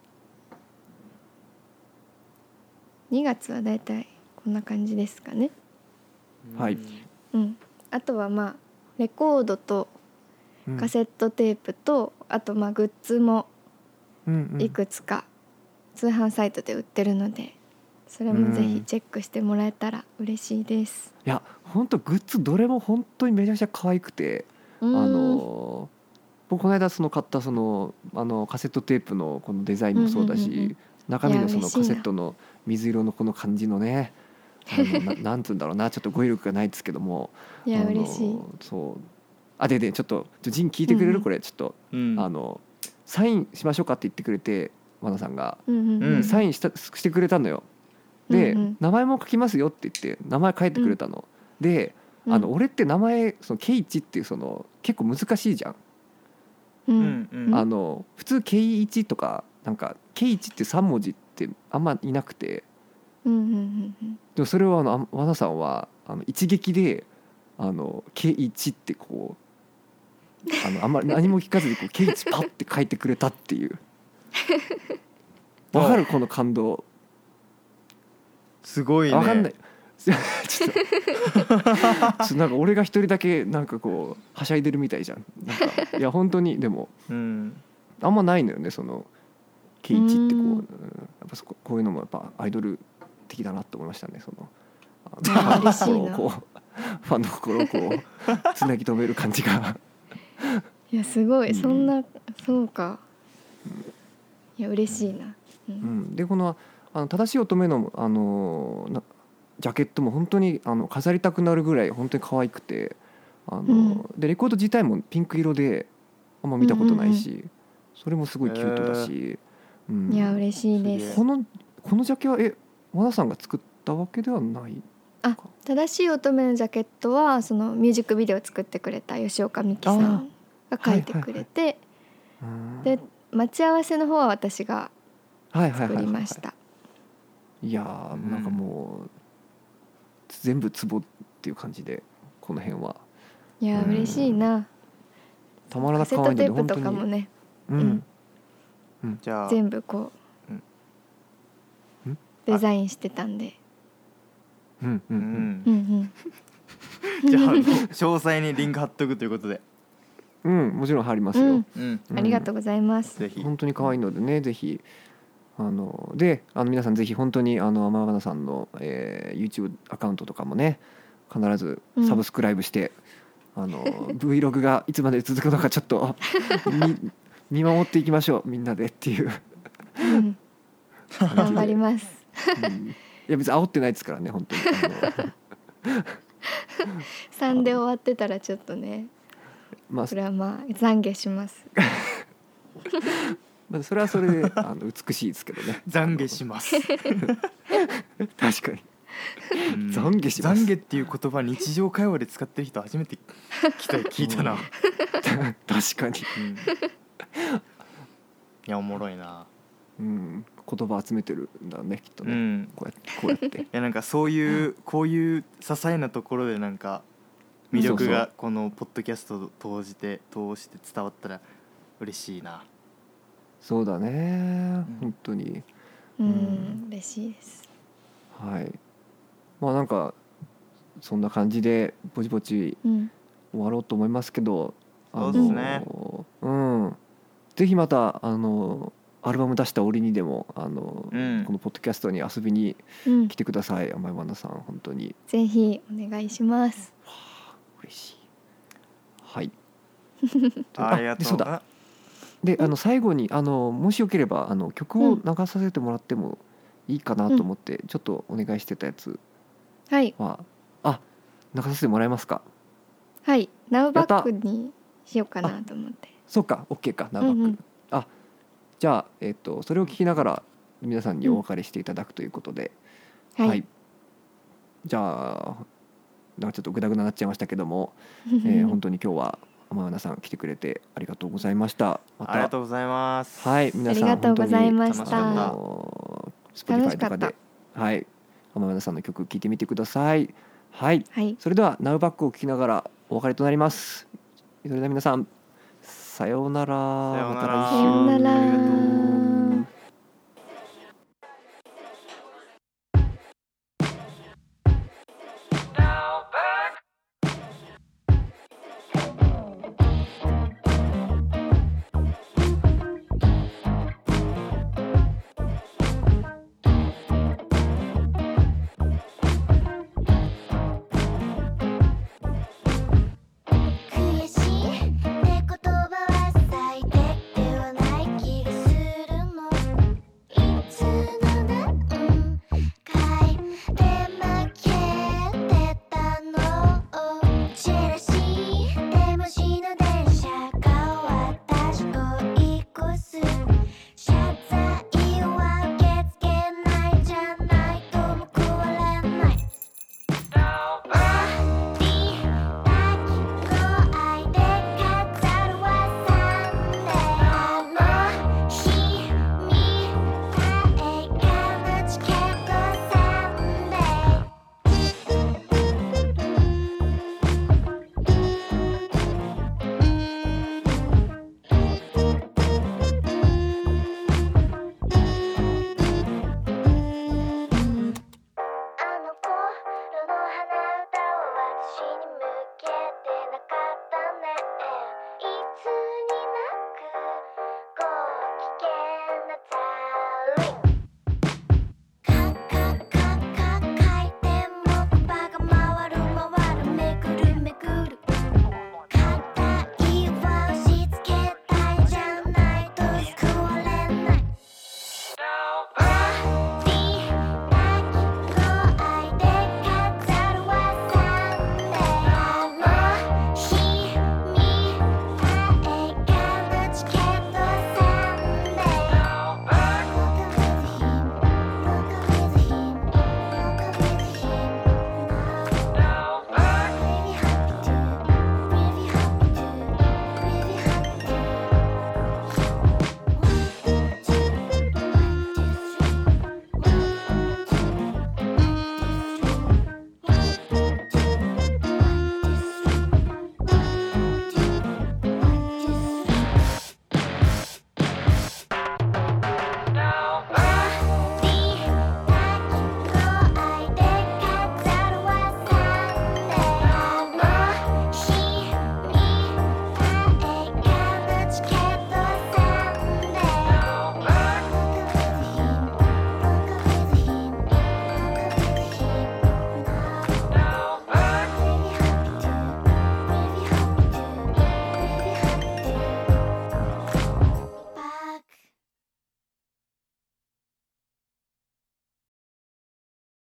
にがつはだいたいこんな感じですかね。 はいうん、あとはまあレコードとうんカセットテープと、あとまあグッズもうんうんいくつか通販サイトで売ってるので、それもぜひチェックしてもらえたら嬉しいです。 いや本当グッズどれも本当にめちゃくちゃ可愛くて、 ああの僕この間その買ったそのあのカセットテープのこのデザインもそうだし、 うんうんうんうん中身のそのいや嬉しいなカセットの水色のこの感じのねあのななんつうんだろうなちょっと語彙力がないですけどもいやあの嬉しい。 そうあででちょっとちょジン聞いてくれる、 うんうんこれちょっと、 うんあのサインしましょうかって言ってくれて和田さんが、 うんうんうんサインしたしてくれたのよ。で、 うんうん名前も書きますよって言って名前書いてくれたの、であの、 うん俺って名前そのケイチっていうその結構難しいじゃん、 ううんんうんあの普通ケイイチとかなんかケイチってさん文字ってあんまいなくて、 うんうんうんうんでもそれをあの和田さんはあの一撃であのケイチってこうあのあんまり何も聞かずにこうケイチパッて書いてくれたっていうわかるこの感動すごいね。 わかんないちょっとちょっとなんか俺が一人だけなんかこうはしゃいでるみたいじゃん。なんかいや本当にでもうんあんまないのよねそのケイチってこう、 うんうんやっぱそここういうのもやっぱアイドル的だなって思いましたね。そのあー嬉しいな心をこうファンの心をこうつなぎ止める感じがいやすごい、 うんそんなそうか、いや嬉しいな、ううんん、でこのあの正しい乙女のあのなジャケットも本当にあの飾りたくなるぐらい本当に可愛くてあの、 うんでレコード自体もピンク色であんま見たことないし、それもすごいキュートだし、うんいや嬉しいです。 このこのジャケはえ和田さんが作ったわけではないあ、正しい乙女のジャケットはそのミュージックビデオを作ってくれた吉岡美希さんが書いてくれて、 うんで待ち合わせの方は私がはいはいはい作はいりました。 いやーなんかもう全部ツボっていう感じでこの辺はいやうん嬉しいな。 たまらなカセッく可愛いのでトテープと本当にかもね、 うんじゃあ全部こう、 うんデザインしてたんで、 うんううんうんんうんじゃああの詳細にリンク貼っとくということで、 うんもちろん貼りますよ、 うんうん、 うんありがとうございます。 ぜひ本当に可愛いのでねぜひあのであの皆さんぜひ本当にあの天花さんの、えー、YouTube アカウントとかもね必ずサブスクライブして、あの Vlog がいつまで続くのかちょっと見見守っていきましょうみんなでっていううん頑張ります。 うんいや別に煽ってないですからね本当にあのさんで終わってたらちょっとね、 まあそれはまあ懺悔します。 まあそれはそれであの美しいですけどね懺悔します。 確かにうん懺悔します懺悔っていう言葉日常会話で使ってる人初めて聞いた聞いたな、 確かに、 うんいやおもろいな、 うん、言葉集めてるんだねきっとね、 うん、 こうやってこうやっていやなんかそういうこういう些細なところでなんか魅力がこのポッドキャストを通じて通して伝わったら嬉しいな。 そうだね本当にうん、 うん嬉しいです。 はいまあなんかそんな感じでぼちぼちうん、 終わろうと思いますけどそうですねうんぜひまたあのアルバム出した折にでもあの、 うんこのポッドキャストに遊びにうん来、てください甘いまなさん本当にぜひお願いします。 嬉しいはいありがとう。 でそうだであの最後にあのもしよければあの曲を流させてもらってもいいかなと思って、ちょっとお願いしてたやつはいはあ流させてもらえますか。 はい、ナウバやったックにしようかなと思って。 そうか OK かナバック、 うんうんあじゃあ、えっとそれを聞きながら皆さんにお別れしていただくということで、 はい、 はいじゃあちょっとグダグダになっちゃいましたけども、えー、本当に今日は天花さん来てくれてありがとうございました。またありがとうございます。 はい皆さんありがとうございました。 本当にあの Spotify とかではい天花さんの曲聴いてみてください。はい、はい、それでは Now Back を聴きながらお別れとなります。それでは皆さんさようなら。 さようなら。 さようなら。